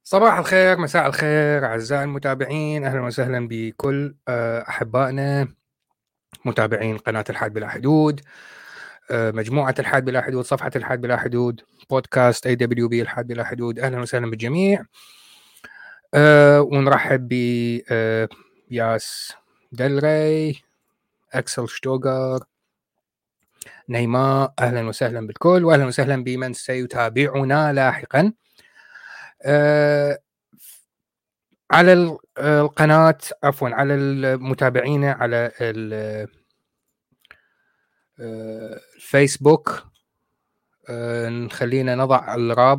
صباح الخير، مساء الخير أعزائي المتابعين، أهلا وسهلا بكل أحبائنا متابعين قناة الحاد بلا حدود، مجموعة الحاد بلا حدود، صفحة الحاد بلا حدود، بودكاست AWB الحاد بلا حدود. أهلا وسهلا بالجميع. ونرحب ب ياس دلري، أكسل شتوغر، نيماء. أهلا وسهلا بالكل، وأهلا وسهلا بمن سيتابعنا لاحقا على القناة، عفوا على المتابعين على الفيسبوك. نخلينا نضع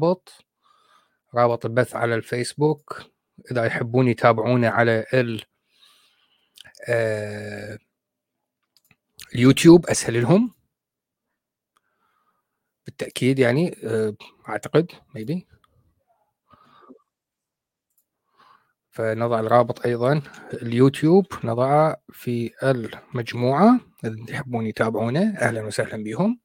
رابط البث على الفيسبوك، إذا يحبون يتابعونا على اليوتيوب أسهل لهم بالتأكيد، يعني أعتقد maybe. فنضع الرابط أيضا اليوتيوب، نضعه في المجموعة اللي يحبون يتابعونا، أهلا وسهلا بهم.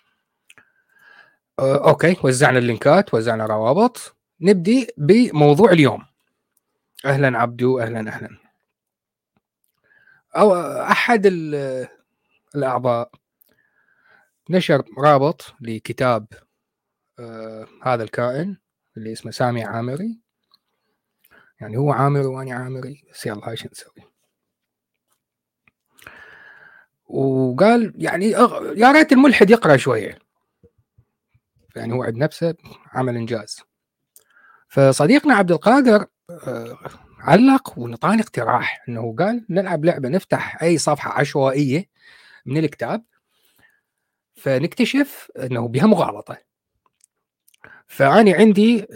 أوكي، وزعنا اللينكات، وزعنا روابط. نبدي بموضوع اليوم. أهلا عبدو، أهلا. أو أحد الأعضاء نشر رابط لكتاب هذا الكائن اللي اسمه سامي عامري، يعني هو عامري وأنا عامري، بس يلا هاي شو نسوي. وقال يعني يا ريت الملحد يقرأ شوية، يعني هو عند نفسه عمل إنجاز. فصديقنا عبد القادر علق ونطاني اقتراح، انه قال نلعب لعبه، نفتح اي صفحه عشوائيه من الكتاب فنكتشف انه بها مغالطه. فاني عندي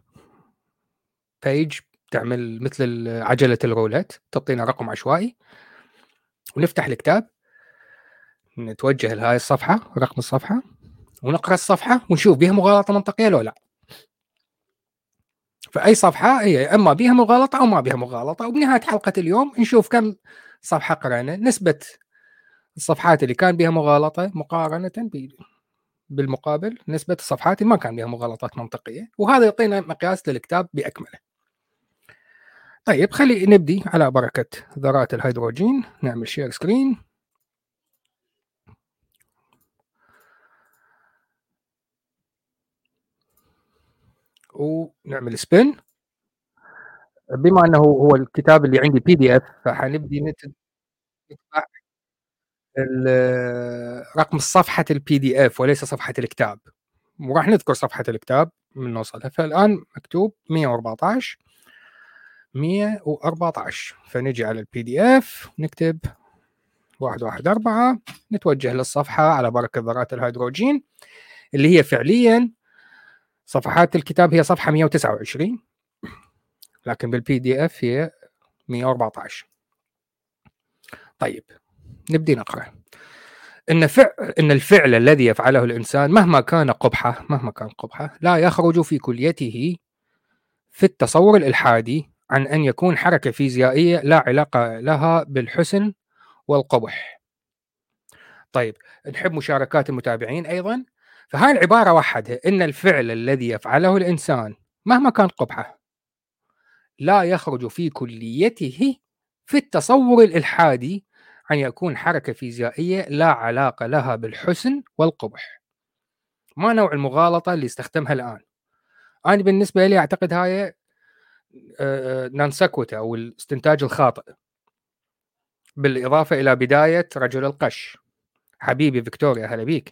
بيج تعمل مثل عجله الرولات، تعطينا رقم عشوائي ونفتح الكتاب، نتوجه لهاي الصفحه، رقم الصفحه، ونقرا الصفحه ونشوف بها مغالطه منطقيه لو لا. فاي صفحه هي اما بها مغالطه او ما بها مغالطه، وبنهايه حلقه اليوم نشوف كم صفحه قرانا، نسبه الصفحات اللي كان بها مغالطه مقارنه بالمقابل نسبة الصفحات اللي ما كان بها مغالطات منطقية، وهذا يعطينا مقياس للكتاب بأكمله. طيب خلي نبدي على بركة ذرات الهيدروجين. نعمل شير سكرين ونعمل سبين. بما أنه هو الكتاب اللي عندي PDF، فحنبدي نتبع رقم صفحة PDF وليس صفحة الكتاب، وراح نذكر صفحة الكتاب من نوصلها. فالآن مكتوب 114. فنجي على PDF نكتب 114، نتوجه للصفحة على بركة ذرات الهيدروجين اللي هي فعليا صفحات الكتاب هي صفحة 129، لكن بالPDF هي 114. طيب نبدي نقرأ. إن الفعل الذي يفعله الإنسان مهما كان قبحة لا يخرج في كليته في التصور الإلحادي عن أن يكون حركة فيزيائية لا علاقة لها بالحسن والقبح. طيب نحب مشاركات المتابعين أيضا. فهاي العبارة وحدها، إن الفعل الذي يفعله الإنسان مهما كان قبحه لا يخرج في كليته في التصور الإلحادي عن يكون حركة فيزيائية لا علاقة لها بالحسن والقبح. ما نوع المغالطة اللي استخدمها الآن؟ أنا بالنسبة لي أعتقد هاي نانسكوتا أو الاستنتاج الخاطئ، بالإضافة إلى بداية رجل القش. حبيبي فيكتوريا، هلا بيك.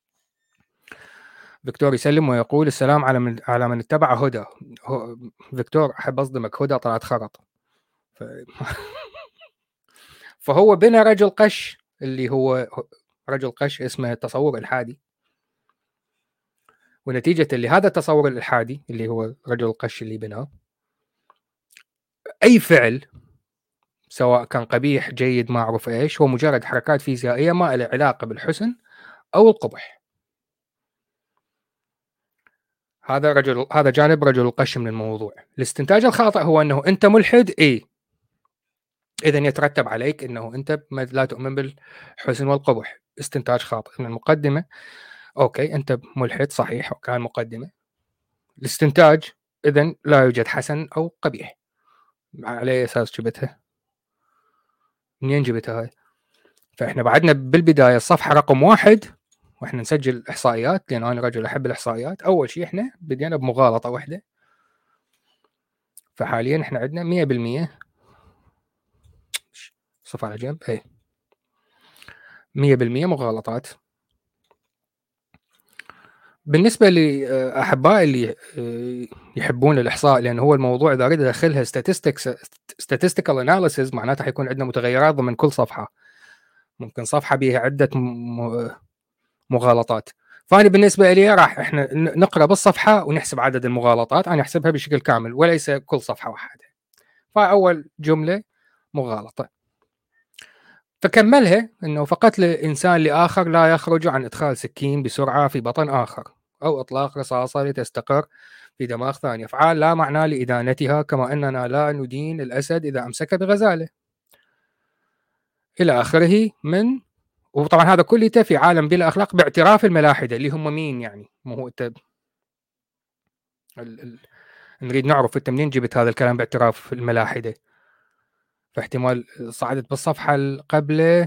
فيكتور يسلم ويقول السلام على من اتبع هدى. فيكتور أحب أصدمك، هدى طلعت خرط. فهو بنى رجل قش اللي هو رجل قش اسمه التصور الإلحادي، ونتيجة اللي هذا التصور الإلحادي اللي هو رجل القش اللي بناه، أي فعل سواء كان قبيح جيد ما أعرف إيش، هو مجرد حركات فيزيائية ما له علاقة بالحسن أو القبح. هذا جانب رجل القش من الموضوع. الاستنتاج الخاطئ هو أنه أنت ملحد، إذا يترتب عليك أنه أنت لا تؤمن بالحسن والقبح. استنتاج خاطئ من المقدمة. أوكي، أنت ملحد صحيح، وكان مقدمة. الاستنتاج إذن لا يوجد حسن أو قبيح. على أي أساس جبتها؟ منين جبتها هاي؟ فإحنا بعدنا بالبداية الصفحة رقم 1 وإحنا نسجل الإحصائيات، لأن أنا رجل أحب الإحصائيات. أول شيء إحنا بدينا بمغالطة واحدة، فحاليا إحنا عندنا 100% صف على جنب، أي 100% مغالطات. بالنسبة لأحبائي اللي يحبون الإحصاء، لأن هو الموضوع إذا أريد أدخلها statistical analysis معناتها حيكون عندنا متغيرات ضمن كل صفحة، ممكن صفحة بها عدة مغالطات. فأنا بالنسبة لي راح إحنا نقرأ بالصفحة ونحسب عدد المغالطات، أنا أحسبها بشكل كامل وليس كل صفحة واحدة. فأول جملة مغالطة، فكملها انه فقط لانسان لاخر لا يخرج عن ادخال سكين بسرعه في بطن اخر او اطلاق رصاصه لتستقر في دماغ ثاني، افعال لا معنى لادانتها، كما اننا لا ندين الاسد اذا امسك بغزاله، الى اخره. من وطبعا هذا كله في عالم بلا اخلاق باعتراف الملاحده اللي هم مين يعني؟ مو هو انت ال... ال... نريد نعرف انت منين جبت هذا الكلام باعتراف الملاحده؟ فاحتمال صعدت بالصفحه اللي قبله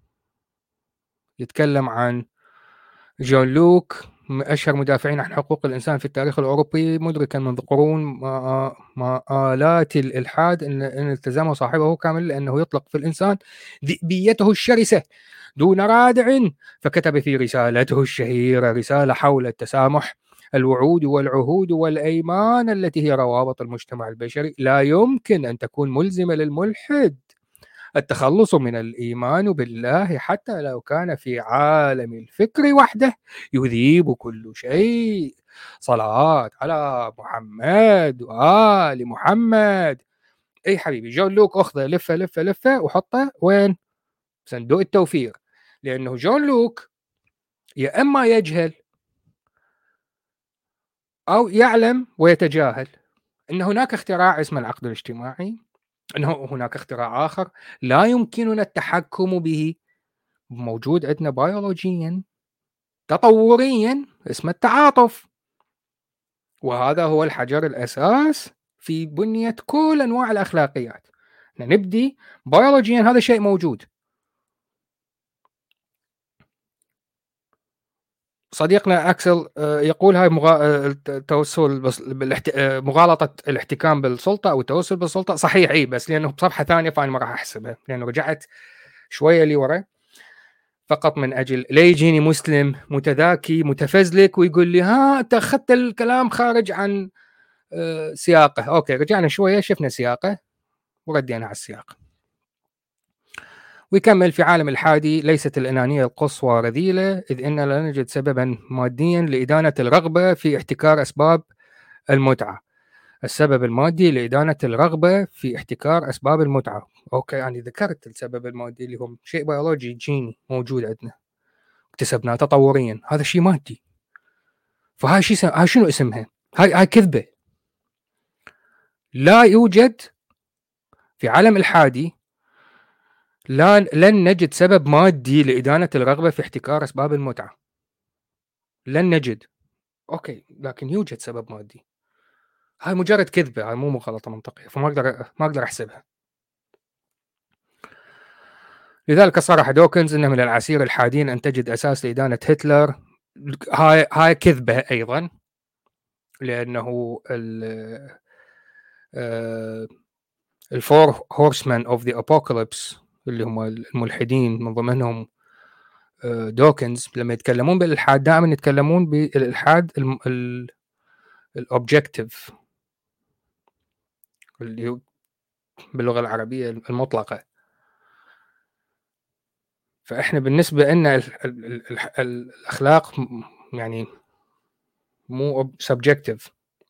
يتكلم عن جون لوك أشهر مدافعين عن حقوق الإنسان في التاريخ الأوروبي، مدركا منذ قرون مآلات الإلحاد إن التزامه صاحبه كامل لأنه يطلق في الإنسان ذئبيته الشرسة دون رادع. فكتب في رسالته الشهيرة رسالة حول التسامح: الوعود والعهود والأيمان التي هي روابط المجتمع البشري لا يمكن أن تكون ملزمة للملحد. التخلص من الإيمان بالله حتى لو كان في عالم الفكر وحده يذيب كل شيء. صلاة على محمد وآل محمد. أي حبيبي، جون لوك أخذه لفة لفة لفة وحطه وين؟ صندوق التوفير. لأنه جون لوك يا إما يجهل أو يعلم ويتجاهل أن هناك اختراع اسمه العقد الاجتماعي، أنه هناك اختراع آخر لا يمكننا التحكم به، موجود عندنا بيولوجيا تطوريا اسمه التعاطف، وهذا هو الحجر الأساس في بنية كل أنواع الأخلاقيات. نبدي بيولوجيا هذا شيء موجود. صديقنا أكسل يقول هاي التوسل مغالطة الاحتكام بالسلطة أو التوسل بالسلطة. صحيح، إيه، بس لأنه بصفحة ثانية فأنا ما راح أحسبها، لأنه رجعت شوية لورا فقط من أجل لا يجيني مسلم متذاكي متفزلك ويقول لي ها أنت أخذت الكلام خارج عن سياقه. أوكي، رجعنا شوية شفنا سياقه وردينا على السياق. ويكمل: في عالم الحادي ليست الأنانية القصوى رذيلة، إذ إننا لا نجد سببا ماديا لإدانة الرغبة في احتكار أسباب المتعة. السبب المادي لإدانة الرغبة في احتكار أسباب المتعة. أوكي، يعني ذكرت السبب المادي اللي هو شيء بيولوجي جيني موجود عندنا اكتسبناه تطوريا، هذا شيء مادي. فهاي هاي شنو اسمها؟ هاي كذبة. لا يوجد في عالم الحادي لن نجد سبب مادي لإدانة الرغبة في احتكار أسباب المتعة. لن نجد. أوكي، لكن يوجد سبب مادي. هاي مجرد كذبة، هاي مو مغالطة منطقية، فما أقدر أحسبها. لذلك صرح دوكنز أنه من العسير الحادين أن تجد أساس لإدانة هتلر. هاي كذبة أيضا، لأنه الفور هورسمان اوف ذا ابوكاليبس اللي هم الملحدين من ضمنهم دوكنز، لما يتكلمون بالالحاد دائما يتكلمون بالالحاد الاوبجكتيف اللي هو باللغه العربيه المطلقه. فاحنا بالنسبه لنا الاخلاق يعني مو سبجكتيف،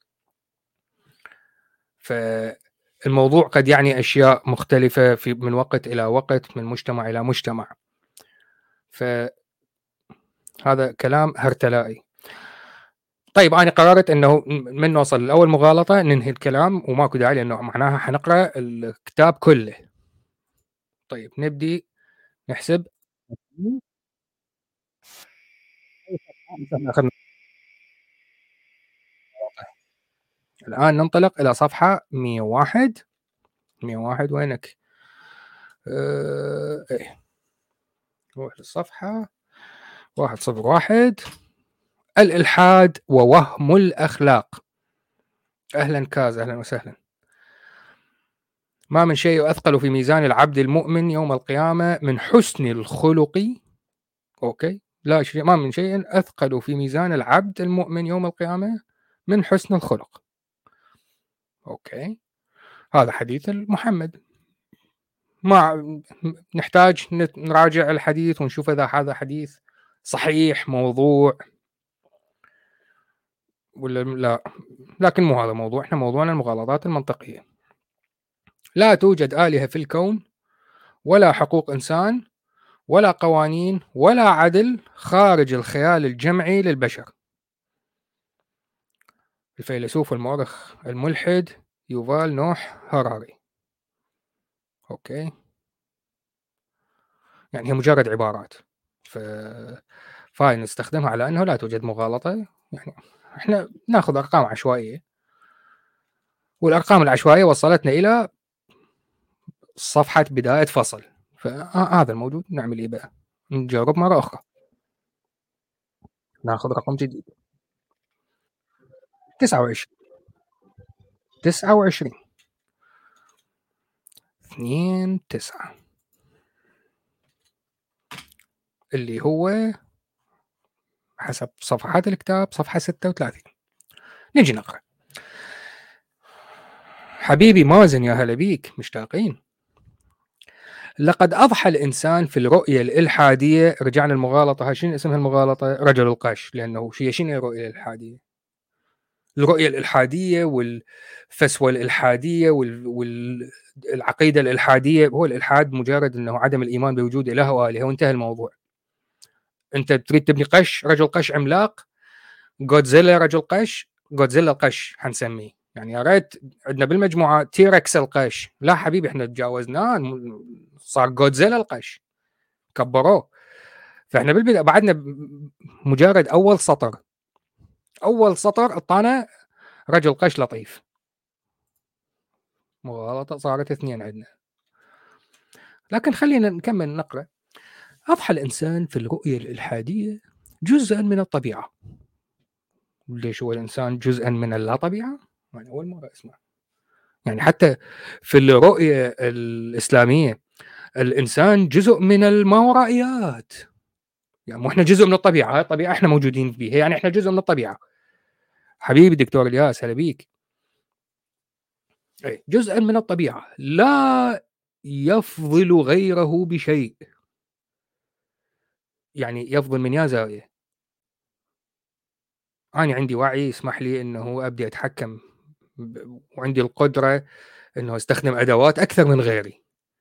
فالموضوع قد يعني اشياء مختلفه من وقت الى وقت، من مجتمع الى مجتمع. فهذا كلام هرتلائي. طيب انا قررت انه من نوصل لاول مغالطه ننهي الكلام وماكو داعي، لانه معناها حنقرا الكتاب كله. طيب نبدي نحسب. اخذنا الآن ننطلق إلى صفحة 101. 101 وينك؟ إيه، نروح للصفحة 101. الإلحاد ووهم الأخلاق. أهلا كاز، أهلا وسهلا. ما من شيء أثقل في ميزان العبد المؤمن يوم القيامة من حسن الخلق. أوكي، لا شيء، ما من شيء أثقل في ميزان العبد المؤمن يوم القيامة من حسن الخلق. أوكي، هذا حديث محمد. ما نحتاج نراجع الحديث ونشوف إذا هذا حديث صحيح موضوع ولا لا، لكن مو هذا موضوع. احنا موضوعنا المغالطات المنطقية. لا توجد آلهة في الكون، ولا حقوق إنسان، ولا قوانين، ولا عدل خارج الخيال الجمعي للبشر. الفيلسوف والمؤرخ الملحد يوفال نوح هاراري. أوكي، يعني هي مجرد عبارات، فاين نستخدمها على أنه لا توجد مغالطة. يعني احنا ناخذ أرقام عشوائية، والأرقام العشوائية وصلتنا إلى صفحة بداية فصل، فهذا الموجود. نعمل إيه بقى؟ نجرب مرة أخرى، ناخذ رقم جديد. 29 29 2 9 اللي هو حسب صفحات الكتاب صفحة 36. نجي نقرأ. حبيبي مازن، يا هلا بيك، مشتاقين. لقد أضحى الإنسان في الرؤية الإلحادية. رجعنا المغالطة، هاي شنو اسمها المغالطة؟ رجل القش. لأنه شنو الرؤية الإلحادية؟ الرؤية الإلحادية والفسوة الإلحادية والعقيدة الإلحادية. هو الإلحاد مجرد أنه عدم الإيمان بوجود إله وآلهة وانتهى الموضوع. أنت تريد تبني قش، رجل قش عملاق، جودزيلا رجل قش، جودزيلا القش حنسميه. يعني يا ريت عندنا بالمجموعة تيركس القش. لا حبيبي، احنا تجاوزناه، صار جودزيلا القش، كبروه. فاحنا بالبداية بعدنا مجرد أول سطر. أول سطر اعطانا رجل قش لطيف. مغالطة صارت 2 عندنا. لكن خلينا نكمل نقرأ. أضحى الإنسان في الرؤية الإلحادية جزءا من الطبيعة. ليش هو الإنسان جزءا من اللا طبيعة؟ يعني أول مرة أسمع. يعني حتى في الرؤية الإسلامية الإنسان جزء من الماورائيات. يعني مو إحنا جزء من الطبيعة، هاي الطبيعة إحنا موجودين فيها، يعني إحنا جزء من الطبيعة. حبيبي دكتور الياس، هلا بيك. أي جزءا من الطبيعة، لا يفضل غيره بشيء. يعني يفضل من يا زاوية. أنا عندي وعي يسمح لي إنه أبدي أتحكم وعندي القدرة إنه أستخدم أدوات أكثر من غيري.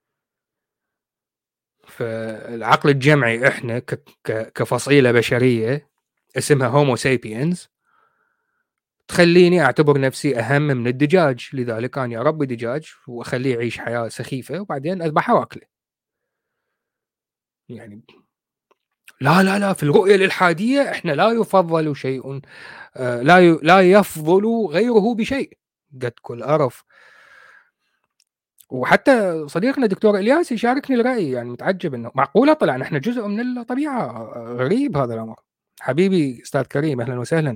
فالعقل الجمعي إحنا كفصيلة بشرية اسمها هومو سابينز تخليني أعتبر نفسي أهم من الدجاج. لذلك أنا أربي دجاج وأخليه يعيش حياة سخيفة وبعدين أذبحه وأكله. يعني لا لا لا، في الرؤية الإلحادية إحنا لا يفضل شيء، لا يفضل غيره بشيء. قد كل قرف. وحتى صديقنا دكتور الياس يشاركني الرأي، يعني متعجب انه معقوله طلع نحن جزء من الطبيعه. غريب هذا الامر. حبيبي استاذ كريم، اهلا وسهلا.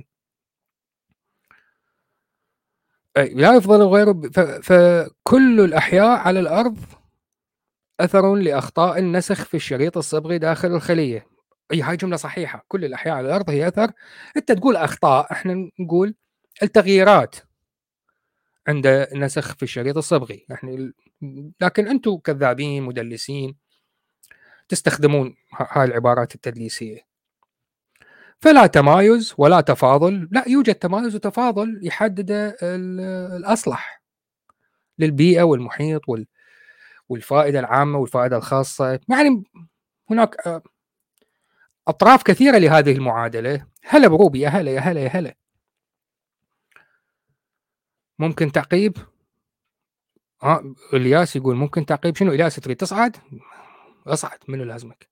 لا يفضل غيره فكل الاحياء على الارض اثر لاخطاء النسخ في الشريط الصبغي داخل الخليه. اي هاي جمله صحيحه، كل الاحياء على الارض هي اثر. انت تقول اخطاء، احنا نقول التغييرات عند النسخ في الشريط الصبغي. لكن انتم كذابين مدلسين تستخدمون هاي العبارات التدليسيه. فلا تمايز ولا تفاضل. لا يوجد تمايز وتفاضل يحدد الاصلح للبيئه والمحيط والفائده العامه والفائده الخاصه. يعني هناك اطراف كثيره لهذه المعادله. هلا بروبي، يا هلا يا هلا يا هلا. ممكن تعقيب. الياس يقول ممكن تعقيب. شنو الياس تريد تصعد؟ اصعد، منو لازمك؟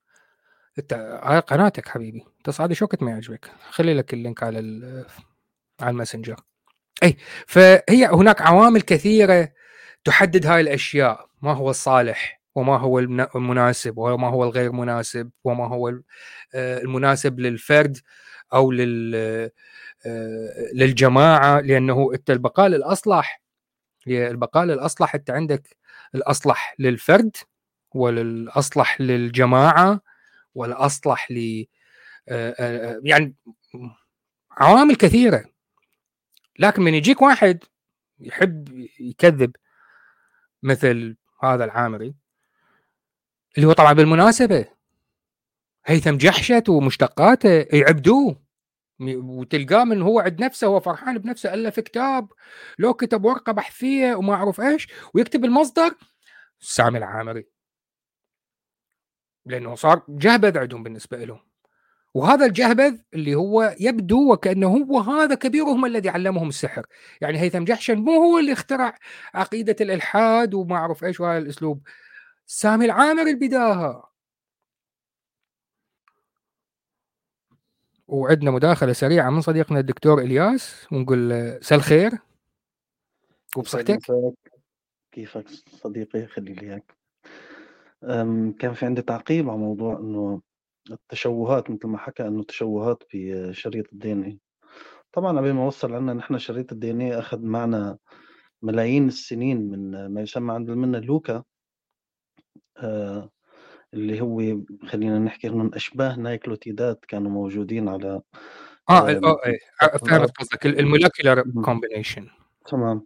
انت هاي قناتك حبيبي، تصعد شو وقت ما يعجبك. خلي لك اللينك على على الماسنجر. اي فهي هناك عوامل كثيره تحدد هاي الاشياء، ما هو الصالح وما هو المناسب وما هو الغير مناسب، وما هو المناسب للفرد او للجماعه. لانه انت البقاء الاصلح انت عندك الاصلح للفرد والاصلح للجماعه والاصلح ل يعني عوامل كثيره. لكن من يجيك واحد يحب يكذب مثل هذا العامري، اللي هو طبعا بالمناسبه هيثم جحشت ومشتقاته يعبدوه، وتلقاه من هو عند نفسه هو فرحان بنفسه الف كتاب، لو كتب ورقه بحثيه وما اعرف ايش، ويكتب المصدر سامي العامري، لانه صار جهبذ عندهم بالنسبه لهم. وهذا الجهبذ اللي هو يبدو وكانه هو هذا كبيرهم الذي علمهم السحر. يعني هيثم جحشن مو هو اللي اخترع عقيده الالحاد وما اعرف ايش وهذا الاسلوب، سامي العامري البداها. وعندنا مداخله سريعه من صديقنا الدكتور الياس، ونقول مساء الخير يسعد وبصحتك. مساك. كيفك صديقي؟ خلي لي اياك. كان في عندي تعقيب على موضوع انه التشوهات، مثل ما حكى انه تشوهات بشريط الدي ان اي. طبعا قبل ما وصل عنا نحن شريط الدي ان اي اخذ معنا ملايين السنين من ما يسمى عند منا لوكا، اللي هو خلينا نحكي انهم اشباه نايكلوتيدات كانوا موجودين على كوكب فهمت الارض. قصدك المولكيولر كومبينيشن. تمام.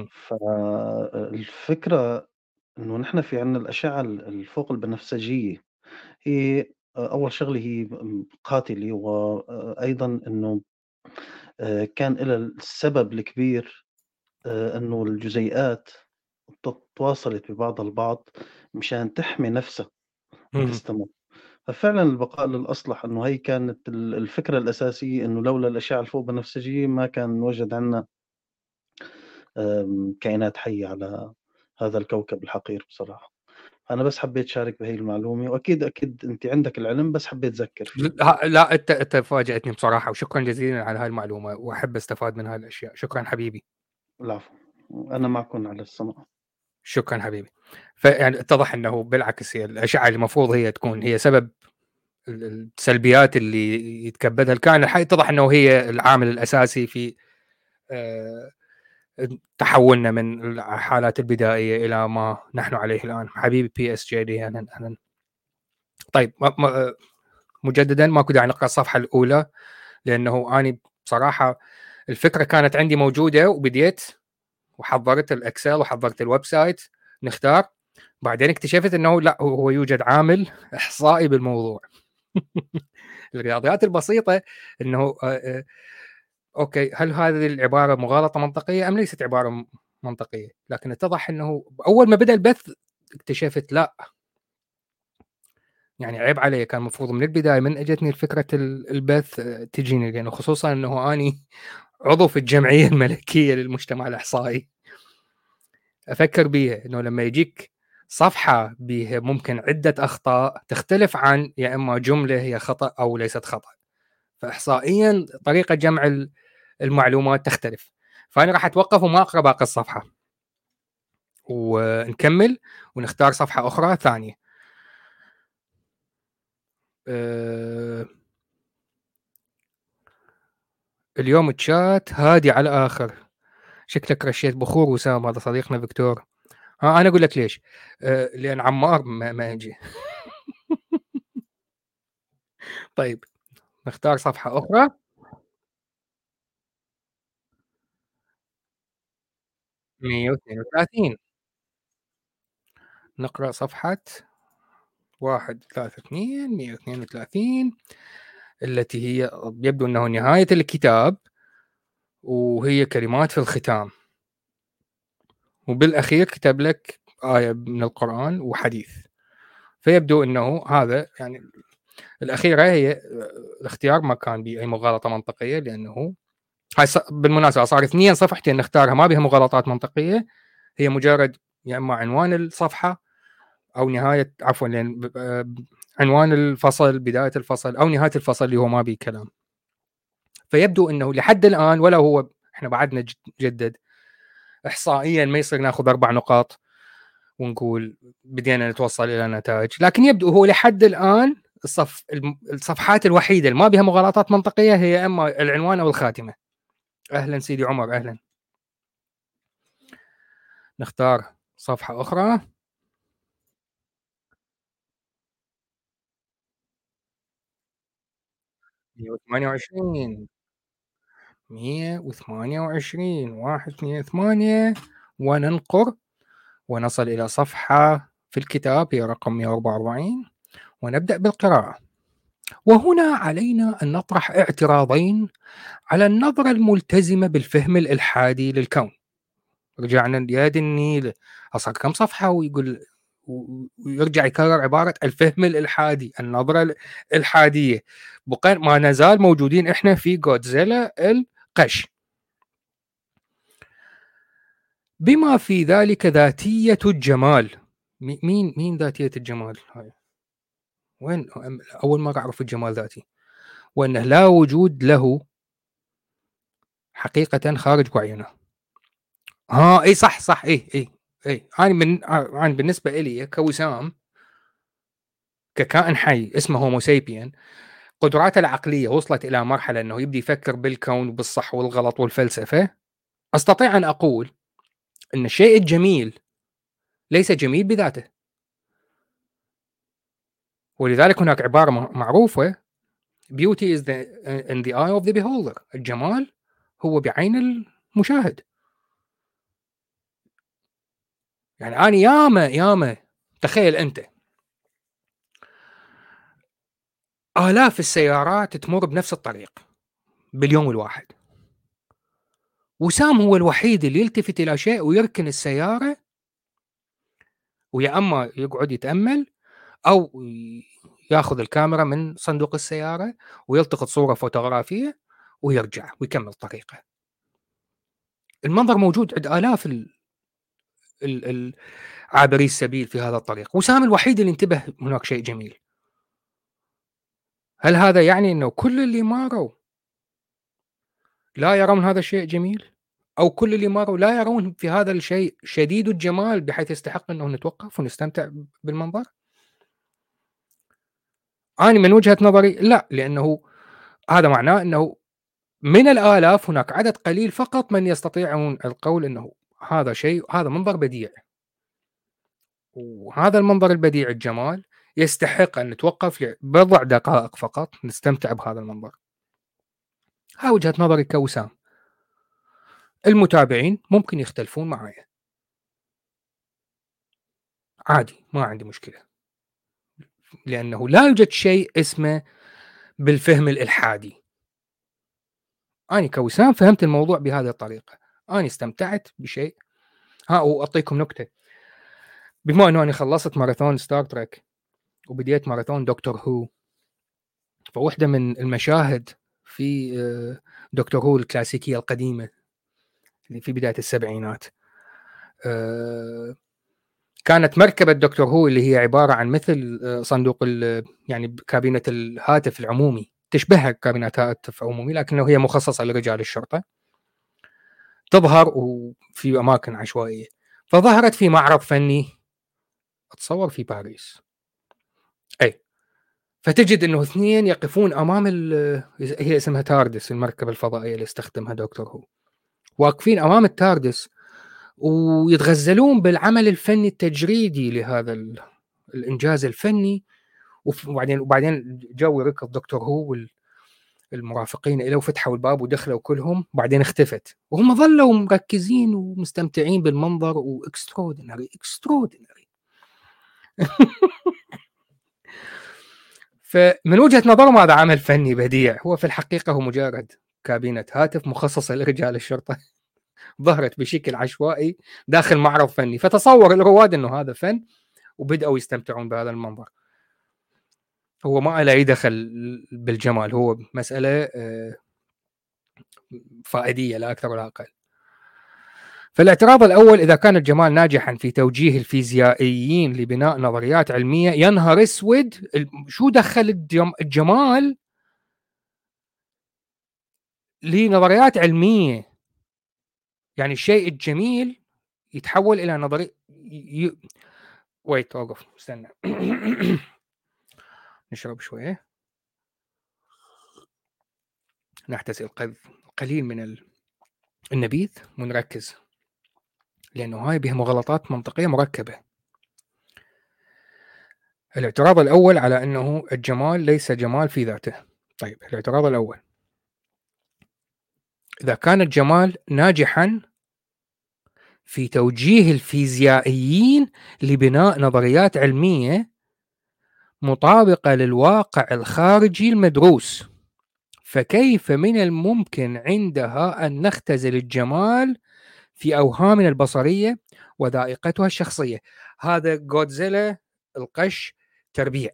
فالفكرة إنه نحن في عنا الأشعة الفوق البنفسجية، هي أول شغلة هي قاتلة، وأيضا إنه كان لها السبب الكبير إنه الجزيئات تواصلت ببعضها البعض مشان تحمي نفسها وتستمر. ففعلا البقاء للأصلح، إنه هي كانت الفكرة الأساسية، إنه لولا الأشعة الفوق بنفسجية ما كان وجد عنا كائنات حية على هذا الكوكب الحقير بصراحة. أنا بس حبيت شارك بهي المعلومة، وأكيد أكيد أنت عندك العلم، بس حبيت أذكر فيه. لا انت فاجأتني بصراحه، وشكرا جزيلا على هاي المعلومه، واحب استفاد من هاي الاشياء. شكرا حبيبي. العفو، أنا معكم على السمع. شكرا حبيبي. فيعني اتضح انه بالعكس هي الاشعه اللي المفروض هي تكون هي سبب السلبيات اللي يتكبدها الكائن الحي، اتضح انه هي العامل الاساسي في تحولنا من الحالات البدائيه الى ما نحن عليه الان. حبيبي بي اس جي دي، اهلا. طيب مجددا ماكو داعي نقرا الصفحه الاولى، لانه اني بصراحه الفكره كانت عندي موجوده، وبديت وحضرت الاكسل وحضرت الويب سايت نختار. بعدين اكتشفت انه لا، هو يوجد عامل احصائي بالموضوع. الرياضيات البسيطه انه اوكي، هل هذه العباره مغالطه منطقيه ام ليست عباره منطقيه؟ لكن اتضح انه اول ما بدا البث اكتشفت لا، يعني عيب علي، كان المفروض من البدايه من اجتني فكره البث تجيني، لانه خصوصا انه اني عضو في الجمعيه الملكيه للمجتمع الاحصائي. افكر بيها انه لما يجيك صفحه بها ممكن عده اخطاء تختلف عن يا اما جمله هي خطا او ليست خطا، فاحصائيا طريقه جمع المعلومات تختلف. فانا راح اتوقف وما اقرا باقي الصفحه، ونكمل ونختار صفحه اخرى ثانيه. اليوم الشات هادي على الاخر، شكلك رشيت بخور وسام. هذا صديقنا فيكتور. انا اقول لك ليش. لان عمار ما يجي. طيب نختار صفحه اخرى. « 132 نقرا صفحه 132 132 التي هي يبدو انه نهايه الكتاب، وهي كلمات في الختام، وبالاخير كتب لك ايه من القران وحديث. فيبدو انه هذا يعني الاخيره هي الاختيار ما كان به اي مغالطه منطقيه، لانه هاي بالمناسبه صار 2 صفحتين نختارها ما بها مغالطات منطقيه، هي مجرد يا اما عنوان الصفحه او نهايه، عفوا لان عنوان الفصل، بدايه الفصل او نهايه الفصل اللي هو ما به كلام. فيبدو انه لحد الان، ولا هو احنا بعدنا جدد احصائيا ما يصير ناخذ 4 نقاط ونقول بدينا نتوصل الى نتائج، لكن يبدو هو لحد الان الصفحات الوحيده اللي ما بها مغالطات منطقيه هي اما العنوان او الخاتمه. اهلا سيدي عمر، اهلا. نختار صفحه اخرى. 128 128 128 وننقر ونصل إلى صفحة في الكتاب هي رقم 144 ونبدأ بالقراءة. وهنا علينا أن نطرح اعتراضين على النظرة الملتزمة بالفهم الإلحادي للكون. رجعنا يا النيل، أصلا كم صفحة ويقول ويرجع يكرر عبارة الفهم الإلحادي، النظرة الإلحادية. بقى ما نزال موجودين إحنا في جودزيلا القش، بما في ذلك ذاتية الجمال. مين ذاتية الجمال هاي؟ وين أول مرة أعرف الجمال ذاتي، وأنه لا وجود له حقيقة خارج وعينا. اي صح اي انا بالنسبة إلي كوسام، ككائن حي اسمه هومو سيبيان، قدراته العقلية وصلت إلى مرحلة أنه يبدي يفكر بالكون بالصح والغلط والفلسفة. أستطيع أن أقول أن الشيء الجميل ليس جميل بذاته، ولذلك هناك عبارة معروفة beauty is in the eye of the beholder. الجمال هو بعين المشاهد. يعني أنا ياما تخيل أنت آلاف السيارات تمر بنفس الطريق باليوم الواحد، وسام هو الوحيد اللي يلتفت إلى شيء ويركن السيارة، ويا أما يقعد يتأمل أو ياخذ الكاميرا من صندوق السيارة ويلتقط صورة فوتوغرافية ويرجع ويكمل طريقه. المنظر موجود عند آلاف عابري السبيل في هذا الطريق، وسام الوحيد اللي انتبه هناك شيء جميل. هل هذا يعني أنه كل اللي ماروا لا يرون هذا الشيء جميل؟ أو كل اللي ماروا لا يرون في هذا الشيء شديد الجمال بحيث يستحق أنه نتوقف ونستمتع بالمنظر؟ أنا من وجهة نظري لا، لأنه هذا معناه أنه من الآلاف هناك عدد قليل فقط من يستطيعون القول أنه هذا شيء، هذا منظر بديع، وهذا المنظر البديع الجمال يستحق أن نتوقف لبضع دقائق فقط نستمتع بهذا المنظر. هاي وجهة نظري كوسام. المتابعين ممكن يختلفون معايا، عادي، ما عندي مشكلة، لأنه لا يوجد شيء اسمه بالفهم الإلحادي. أنا كوسام فهمت الموضوع بهذه الطريقة، أنا استمتعت بشيء. وأعطيكم نكتة، بما أنه أنا خلصت ماراثون ستار تريك وبديت ماراثون دكتور هو، فواحدة من المشاهد في دكتور هو الكلاسيكية القديمة اللي في بداية السبعينات، كانت مركبة دكتور هو اللي هي عبارة عن مثل صندوق يعني كابينة الهاتف العمومي، تشبهها كابينة هاتف عمومي لكنه هي مخصصة لرجال الشرطة، تظهر في أماكن عشوائية. فظهرت في معرض فني أتصور في باريس، أي فتجد أنه اثنين يقفون أمام هي اسمها تاردس، المركبة الفضائية اللي استخدمها دكتور هو، واقفين أمام التاردس ويتغزلون بالعمل الفني التجريدي لهذا الإنجاز الفني. وبعدين جو ركض دكتور هو والمرافقين له وفتحوا الباب ودخلوا كلهم، وبعدين اختفت وهم ظلوا مركزين ومستمتعين بالمنظر واكسترودينري. فمن وجهة نظرهم هذا عمل فني بديع، هو في الحقيقة هو مجرد كابينة هاتف مخصصة لرجال الشرطة ظهرت بشكل عشوائي داخل معرض فني، فتصور الرواد انه هذا فن وبدأوا يستمتعون بهذا المنظر. هو ما له أي دخل بالجمال، هو مسألة فائدية لا أكثر ولا أقل. فالاعتراض الأول، إذا كان الجمال ناجحا في توجيه الفيزيائيين لبناء نظريات علمية، ينهر اسود شو دخل الجمال لنظريات علمية. يعني الشيء الجميل يتحول إلى نظرية ويت توقف استنى نشرب شوية، نحتسي القليل من النبيذ ونركز، لأنه هاي بها مغالطات منطقية مركبة. الاعتراض الأول على أنه الجمال ليس جمال في ذاته. طيب الاعتراض الأول، إذا كان الجمال ناجحا في توجيه الفيزيائيين لبناء نظريات علمية مطابقة للواقع الخارجي المدروس، فكيف من الممكن عندها أن نختزل الجمال في أوهامنا البصرية وذائقتها الشخصية؟ هذا جودزيلا القش تربيع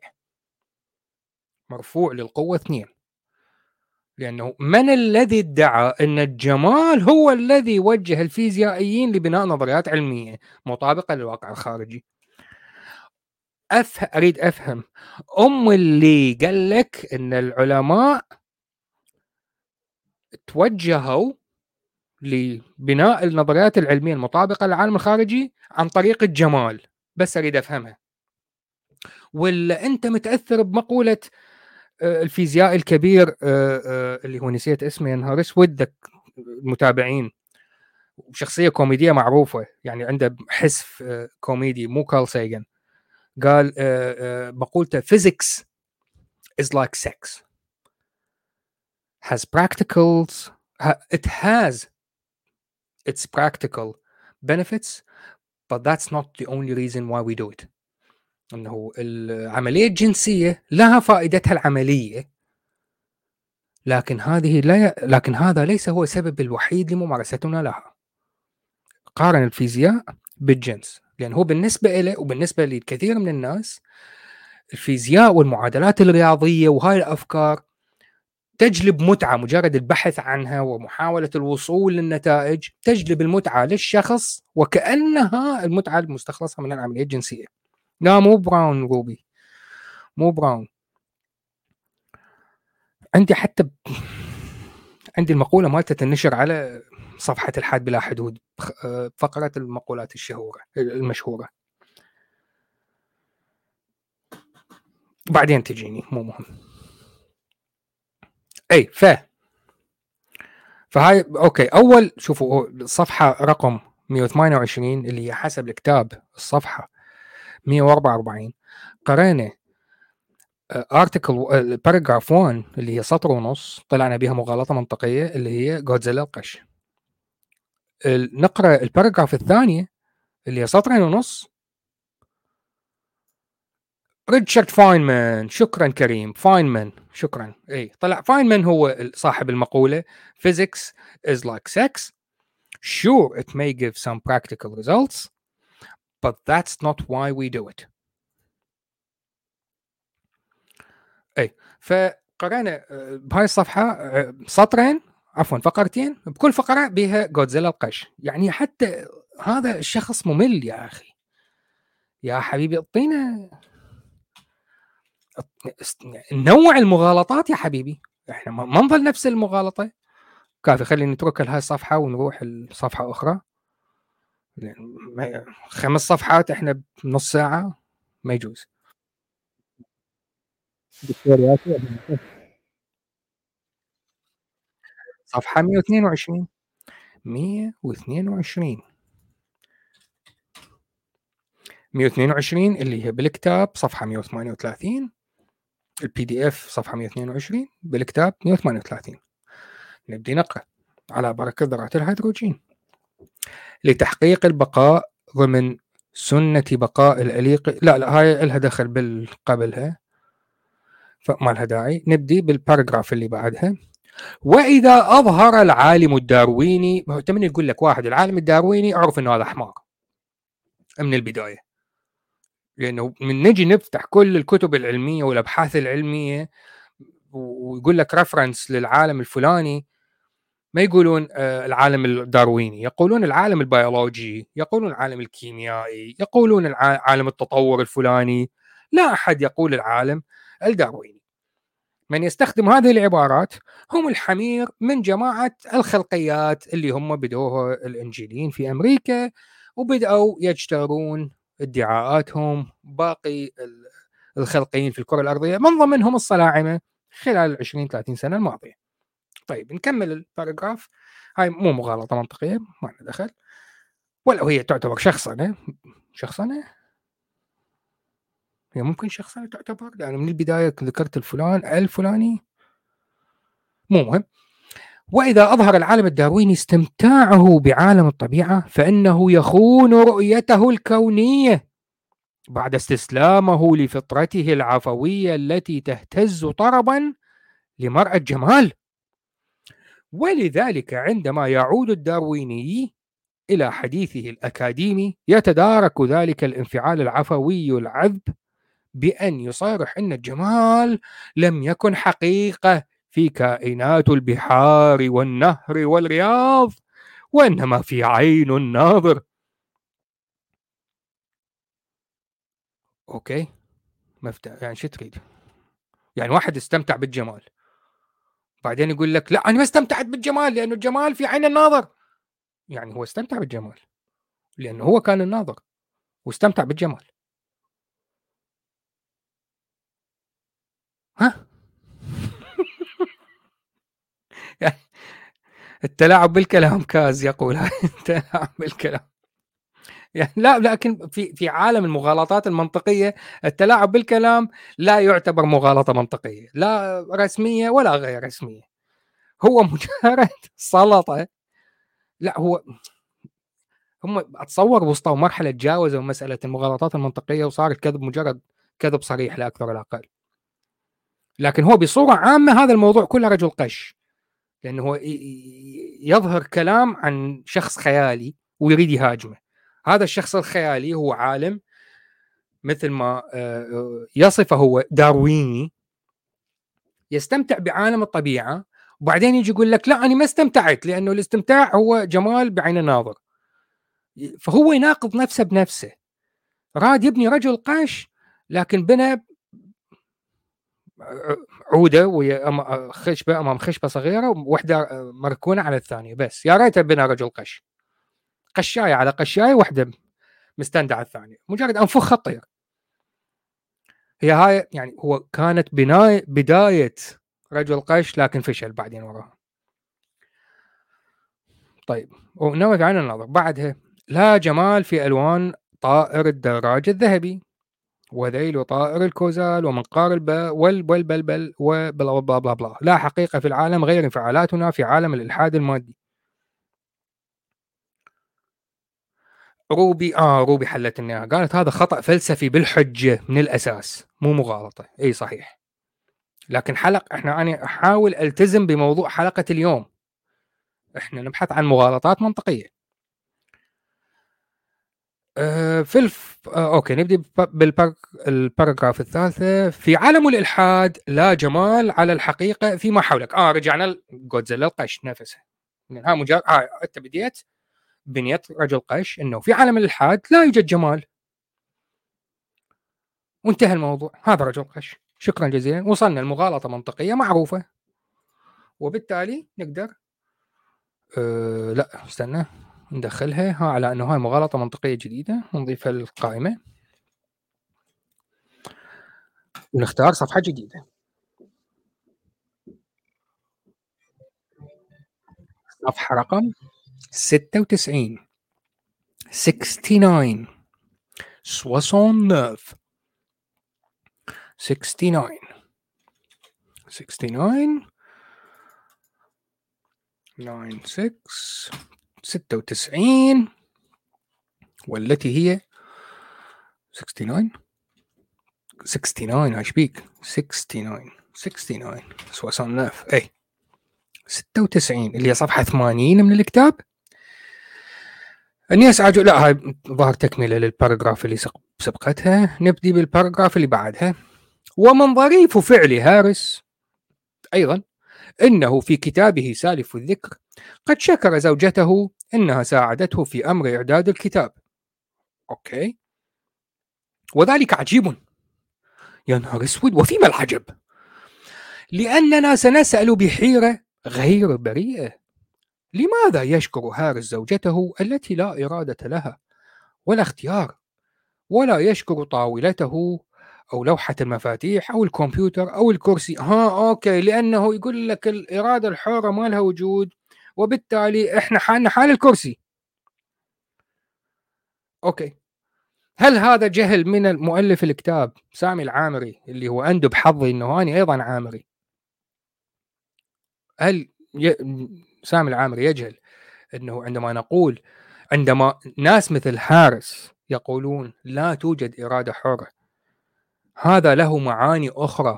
مرفوع للقوة 2. لأنه من الذي ادعى أن الجمال هو الذي وجه الفيزيائيين لبناء نظريات علمية مطابقة للواقع الخارجي؟ أريد أفهم اللي قال لك أن العلماء توجهوا لبناء النظريات العلمية المطابقة للعالم الخارجي عن طريق الجمال، بس أريد أفهمها. ولا أنت متأثر بمقولة الفيزيائي الكبير اللي هو نسيت اسمه يا نهار اسود، المتابعين، شخصية كوميدية معروفة، يعني عنده حس كوميدي، مو كارل ساجن، قال مقولته physics is like sex has practicals it has its practical benefits but that's not the only reason why we do it. انه العملية الجنسية لها فائدتها العملية، لكن هذا ليس هو السبب الوحيد لممارستنا لها. قارن الفيزياء بالجنس، لأن هو بالنسبة له وبالنسبة لكثير من الناس الفيزياء والمعادلات الرياضية وهاي الأفكار تجلب متعة، مجرد البحث عنها ومحاولة الوصول للنتائج تجلب المتعة للشخص وكأنها المتعة المستخلصة من العملية الجنسية. لا مو براون روبي، مو براون. عندي المقولة مالتها تنشر على صفحة الحاد بلا حدود، فقرة المقولات المشهورة، بعدين تجيني، مو مهم. اي فهاي اوكي. اول شوفوا الصفحة رقم 128 اللي هي حسب الكتاب الصفحة 144، قرينا ارتكل باراجراف 1 اللي هي سطر ونص طلعنا بها مغالطة منطقية اللي هي جودزيلا القش. نقرأ الباراجراف الثانية اللي هي سطرين ونص، ريتشارد فاينمان، شكرا كريم، فاينمان شكرا. اي طلع فاينمان هو صاحب المقولة physics is like sex, sure it may give some practical results but that's not why we do it. اي فقرأنا بهاي الصفحة سطرين، عفوا فقرتين، بكل فقرة بها جودزيلا القش. يعني حتى هذا الشخص ممل يا أخي، يا حبيبي اعطينا نوع المغالطات يا حبيبي، احنا ما نظل نفس المغالطة. كافي، خلينا نترك هاي الصفحة ونروح الصفحة أخرى. 5 صفحات احنا بنص ساعة، ما يجوز. صفحة 122 122 اللي هي بالكتاب صفحة 138، البي دي اف صفحة 122، بالكتاب 138. نبدي نقرأ. على بركة ذرات الهيدروجين لتحقيق البقاء ضمن سنة بقاء الأليق. لا هاي لها دخل بالقبلها فما لها داعي. نبدي بالباراجراف اللي بعدها. وإذا أظهر العالم الدارويني، تمني يقول لك واحد العالم الدارويني أعرف أنه هذا حمار من البداية، لأنه من نجي نفتح كل الكتب العلمية والأبحاث العلمية ويقول لك رفرنس للعالم الفلاني، ما يقولون العالم الدارويني، يقولون العالم البيولوجي، يقولون العالم الكيميائي، يقولون عالم التطور الفلاني، لا أحد يقول العالم الدارويني. من يستخدم هذه العبارات هم الحمير من جماعة الخلقيات اللي هم بدوها الإنجيليين في أمريكا، وبدأوا يجترون ادعاءاتهم باقي الخلقيين في الكرة الأرضية من ضمنهم الصلاعمة خلال 20-30 سنة الماضية. طيب نكمل الباراجراف. هاي مو مغالطة منطقية، ما لنا دخل، ولا هي تعتبر شخصنة. هي ممكن شخصنة تعتبر، يعني من البداية ذكرت الفلاني، مو مهم. وإذا أظهر العالم الدارويني استمتاعه بعالم الطبيعة فإنه يخون رؤيته الكونية بعد استسلامه لفطرته العفوية التي تهتز طربا لمرأة الجمال. ولذلك عندما يعود الدارويني إلى حديثه الأكاديمي يتدارك ذلك الانفعال العفوي العذب بأن يصرح أن الجمال لم يكن حقيقة في كائنات البحار والنهر والرياض، وإنما في عين الناظر. أوكي، مفتاح يعني شو تريد؟ يعني واحد استمتع بالجمال بعدين يقول لك لا أنا ما استمتعت بالجمال لأنه الجمال في عين الناظر. يعني هو استمتع بالجمال لأنه هو كان الناظر واستمتع بالجمال. ها يعني التلاعب بالكلام كاز يقول التلاعب بالكلام. يعني لا، لكن في عالم المغالطات المنطقية التلاعب بالكلام لا يعتبر مغالطة منطقية، لا رسمية ولا غير رسمية، هو مجرد سلطة. لا هو هم اتصور وصلوا مرحلة تجاوزوا مسألة المغالطات المنطقية وصار الكذب مجرد كذب صريح لا أكثر ولا أقل. لكن هو بصورة عامة هذا الموضوع كله رجل قش، لأنه هو يظهر كلام عن شخص خيالي ويريد يهاجمه. هذا الشخص الخيالي هو عالم مثل ما يصفه هو دارويني، يستمتع بعالم الطبيعة وبعدين يجي يقول لك لا أنا ما استمتعت لأنه الاستمتاع هو جمال بعين الناظر. فهو يناقض نفسه بنفسه، راد يبني رجل قش لكن بنى عودة خشبة أمام خشبة صغيرة وواحدة مركونة على الثانية، بس يا ريت بنى رجل قش، قشاية على قشاية واحدة مستندة على الثانية، مجرد أنفخ خطير. هي هاي يعني هو كانت بداية رجل قش لكن فشل بعدين وراها. طيب ونوع عين النظر بعدها لا جمال في ألوان طائر الدراج الذهبي وذيل طائر الكوزال ومنقار الباء والبلبل وبلا بلا بلا بلا، لا حقيقة في العالم غير انفعالاتنا في عالم الإلحاد المادي. روبي حلت النهاية، قالت هذا خطأ فلسفي بالحجة من الأساس مو مغالطة. اي صحيح، لكن أنا أحاول ألتزم بموضوع حلقة اليوم، احنا نبحث عن مغالطات منطقية. اوكي نبدأ بالباراجراف الثالثة. في عالم الإلحاد لا جمال على الحقيقة فيما حولك. رجعنا لجودزيلا القش نفسه، ها مجرد انت بديت بنيت رجل قش انه في عالم الإلحاد لا يوجد جمال وانتهى الموضوع. هذا رجل قش، شكرا جزيلا، وصلنا المغالطة منطقية معروفة، وبالتالي نقدر لا استنى ندخلها على انه هاي مغالطة منطقية جديدة ونضيفها للقائمة ونختار صفحة جديدة. صفحة رقم 96 69 69 69 69 96 والتي هي 69 69 اشبيك 69 69 69 اي 96 اللي هي صفحة 80 من الكتاب. اني اسعد لا هاي ظهر تكملة للباراجراف اللي سبقتها. نبدي بالباراجراف اللي بعدها. ومن ظريف فعل هاريس ايضا انه في كتابه سالف الذكر قد شكر زوجته انها ساعدته في امر اعداد الكتاب. اوكي، وذلك عجيب. يا نهار اسود، وفيما العجب؟ لأننا سنسأل بحيرة غير بريئة: لماذا يشكر هارس زوجته التي لا إرادة لها ولا اختيار، ولا يشكر طاولته أو لوحة المفاتيح أو الكمبيوتر أو الكرسي؟ أوكي، لأنه يقول لك الإرادة الحرة ما لها وجود، وبالتالي إحنا حالنا حال الكرسي. أوكي، هل هذا جهل من المؤلف الكتاب سامي العامري اللي هو أندب حظي أنه أنا أيضا عامري؟ هل سامي العامري يجهل أنه عندما ناس مثل هارس يقولون لا توجد إرادة حرة، هذا له معاني أخرى؟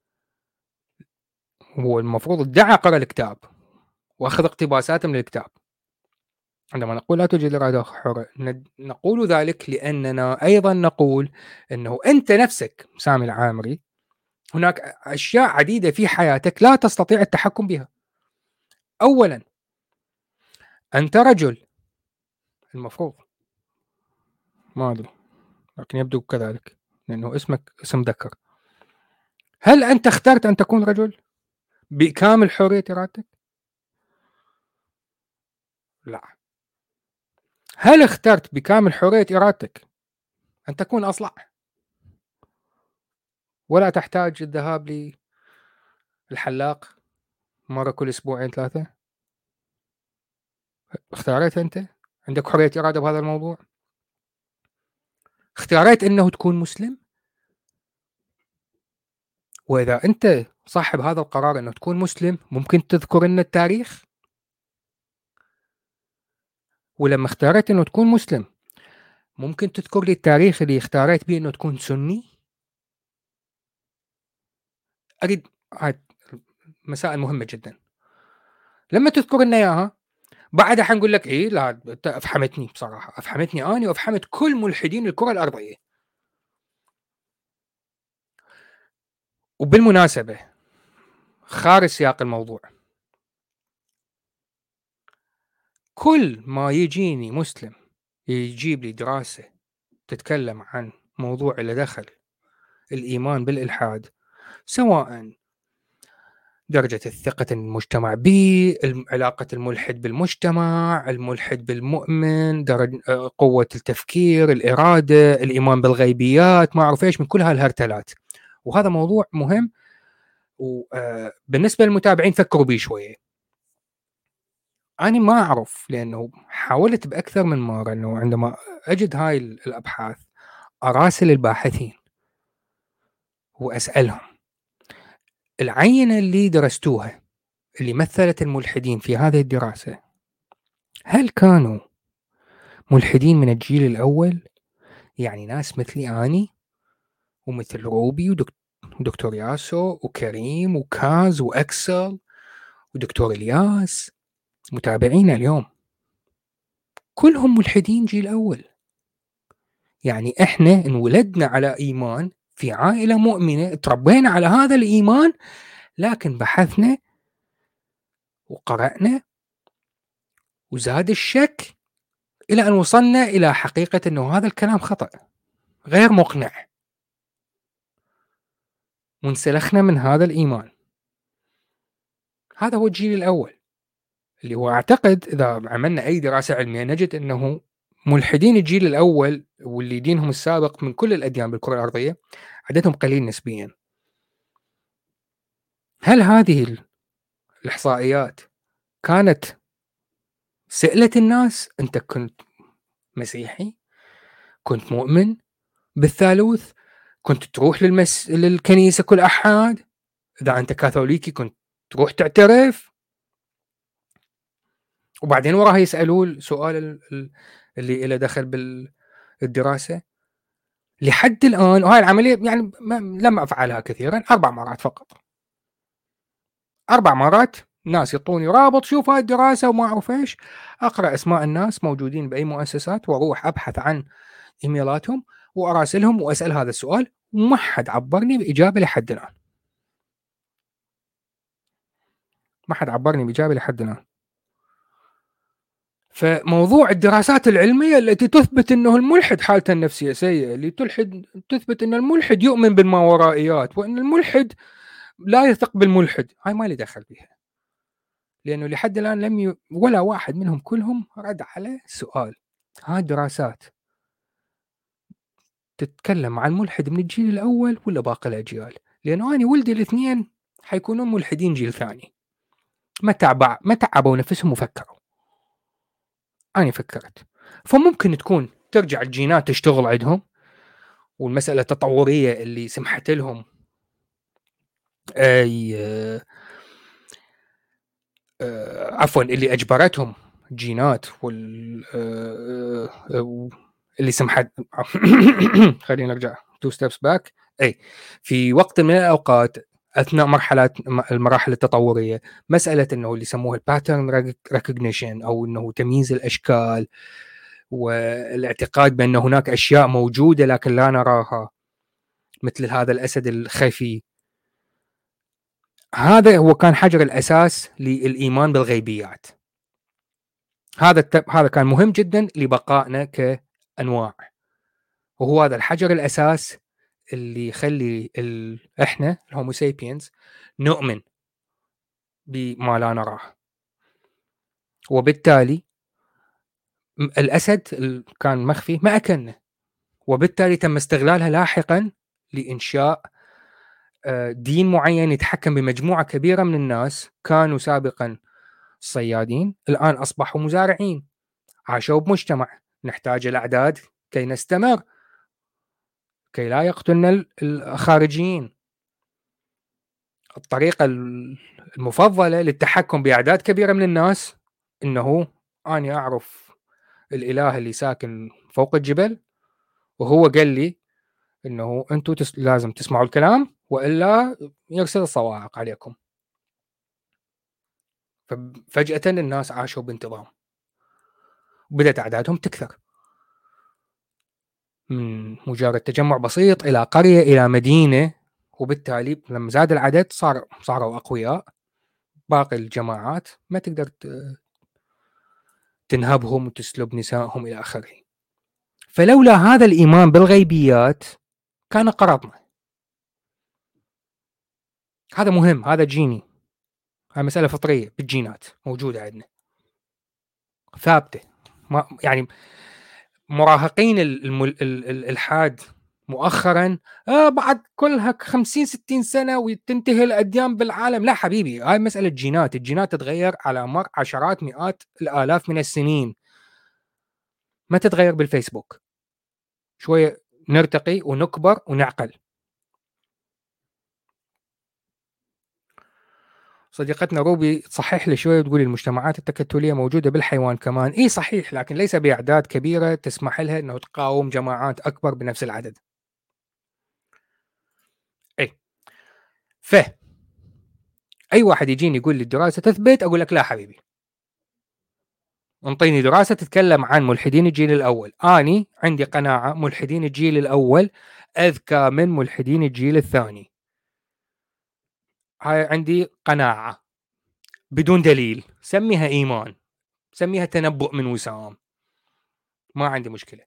هو المفروض ادعى قرأ الكتاب وأخذ اقتباسات من الكتاب. عندما نقول لا توجد إرادة حرة نقول ذلك لأننا أيضا نقول أنه أنت نفسك سامي العامري هناك أشياء عديدة في حياتك لا تستطيع التحكم بها. أولا، أنت رجل، المفروض، ما أدري لكن يبدو كذلك لأنه اسمك اسم ذكر. هل أنت اخترت أن تكون رجل بكامل حرية إرادتك؟ لا. هل اخترت بكامل حرية إرادتك أن تكون أصلع ولا تحتاج الذهاب للحلاق مرة كل أسبوعين 3؟ اختاريت أنت؟ عندك حرية إرادة بهذا الموضوع؟ اختاريت أنه تكون مسلم؟ وإذا أنت صاحب هذا القرار أنه تكون مسلم، ممكن تذكر لنا التاريخ؟ ولما اختاريت أنه تكون مسلم، ممكن تذكر لي التاريخ اللي اختاريت به أنه تكون سني؟ أريد هاي مسائل مهمة جدا. لما تذكر لنا إياها بعدها حنقول لك إيه، لا أفحمتني بصراحة، أفحمتني أنا وأفحمت كل ملحدين الكرة الأرضية. وبالمناسبة خارج سياق الموضوع، كل ما يجيني مسلم يجيب لي دراسة تتكلم عن موضوع اللي دخل الإيمان بالإلحاد، سواء درجة الثقة المجتمع به، علاقة الملحد بالمجتمع، الملحد بالمؤمن، قوة التفكير، الإرادة، الإيمان بالغيبيات، ما أعرف إيش من كل هالهرتلات. وهذا موضوع مهم، وبالنسبة للمتابعين فكروا به شوية. أنا ما أعرف لأنه حاولت بأكثر من مرة أنه عندما أجد هاي الأبحاث أراسل الباحثين وأسألهم العينة اللي درستوها اللي مثلت الملحدين في هذه الدراسة، هل كانوا ملحدين من الجيل الأول؟ يعني ناس مثلي أني ومثل روبي ودكتور ياسو وكريم وكاز وأكسل ودكتور إلياس متابعينا اليوم كلهم ملحدين جيل أول. يعني إحنا انولدنا على إيمان في عائلة مؤمنة، تربينا على هذا الإيمان، لكن بحثنا وقرأنا وزاد الشك إلى أن وصلنا إلى حقيقة أنه هذا الكلام خطأ غير مقنع، وانسلخنا من هذا الإيمان. هذا هو الجيل الأول اللي هو أعتقد إذا عملنا أي دراسة علمية نجد أنه ملحدين الجيل الأول واللي دينهم السابق من كل الأديان بالكرة الأرضية عددهم قليل نسبيا. هل هذه الإحصائيات كانت سألت الناس أنت كنت مسيحي؟ كنت مؤمن بالثالوث؟ كنت تروح للكنيسة كل أحد؟ إذا أنت كاثوليكي كنت تروح تعترف؟ وبعدين وراها يسألوا السؤال اللي له دخل بالدراسة. لحد الآن وهاي العملية يعني لم أفعلها كثيرا، 4 مرات فقط، 4 مرات ناس يعطوني رابط شوف هاي الدراسة وما أعرف إيش، أقرأ أسماء الناس موجودين بأي مؤسسات وأروح أبحث عن إيميلاتهم وأراسلهم وأسأل هذا السؤال، وما حد عبرني بإجابة لحد الآن. ما حد عبرني بإجابة لحد الآن. فموضوع الدراسات العلمية التي تثبت أنه الملحد حالته النفسية سيئة، اللي تثبت أن الملحد يؤمن بالماورائيات، وأن الملحد لا يثق بالملحد، هاي ما لي دخل بها، لأنه لحد الآن ولا واحد منهم كلهم رد على سؤال. هاي دراسات تتكلم عن ملحد من الجيل الأول ولا باقي الأجيال، لأنه أنا ولدي الاثنين حيكونون ملحدين جيل ثاني، ما تعبوا نفسهم وفكروا. أنا فكرت، فممكن تكون ترجع الجينات تشتغل عندهم، والمسألة التطورية اللي سمحت لهم عفوا اللي أجبرتهم جينات اللي سمحت خلينا نرجع 2 steps back. أي في وقت من الأوقات أثناء المراحل التطورية، مسألة أنه اللي يسموه pattern recognition، أو أنه تمييز الأشكال، والاعتقاد بأن هناك أشياء موجودة لكن لا نراها، مثل هذا الأسد الخفي. هذا هو كان حجر الأساس للإيمان بالغيبيات. هذا كان مهم جدا لبقائنا كأنواع، وهو هذا الحجر الأساس اللي يخلي إحنا الهومو سابينز نؤمن بما لا نراه. وبالتالي الأسد كان مخفي ما أكلنا، وبالتالي تم استغلالها لاحقا لإنشاء دين معين يتحكم بمجموعة كبيرة من الناس كانوا سابقا صيادين، الآن أصبحوا مزارعين، عاشوا بمجتمع، نحتاج الأعداد كي نستمر، كي لا يقتلنا الخارجيين. الطريقة المفضلة للتحكم بأعداد كبيرة من الناس إنه أنا أعرف الإله اللي ساكن فوق الجبل، وهو قال لي إنه أنتوا لازم تسمعوا الكلام وإلا يرسل الصواعق عليكم. ففجأة الناس عاشوا بانتظام، بدأت أعدادهم تكثر من مجرد تجمع بسيط إلى قرية إلى مدينة، وبالتالي لما زاد العدد صاروا أقوياء. باقي الجماعات ما تقدر تنهبهم وتسلب نسائهم إلى آخره. فلولا هذا الإيمان بالغيبيات كان قرضنا. هذا مهم، هذا جيني، هذه مسألة فطرية بالجينات موجودة عندنا ثابتة. يعني مراهقين الإلحاد مؤخرا بعد كلها 50-60 سنة وتنتهي الأديان بالعالم. لا حبيبي، هاي مسألة جينات، الجينات تتغير على مر عشرات مئات الآلاف من السنين، ما تتغير بالفيسبوك. شوية نرتقي ونكبر ونعقل. صديقتنا روبي تصحح لي شوية، تقول المجتمعات التكتلية موجودة بالحيوان كمان. إيه صحيح، لكن ليس بأعداد كبيرة تسمح لها أنه تقاوم جماعات أكبر بنفس العدد. أي واحد يجيني يقول لي الدراسة تثبت، أقول لك لا حبيبي، انطيني دراسة تتكلم عن ملحدين الجيل الأول. أني عندي قناعة ملحدين الجيل الأول أذكى من ملحدين الجيل الثاني. هاي عندي قناعة بدون دليل، سميها إيمان، سميها تنبؤ من وسام، ما عندي مشكلة.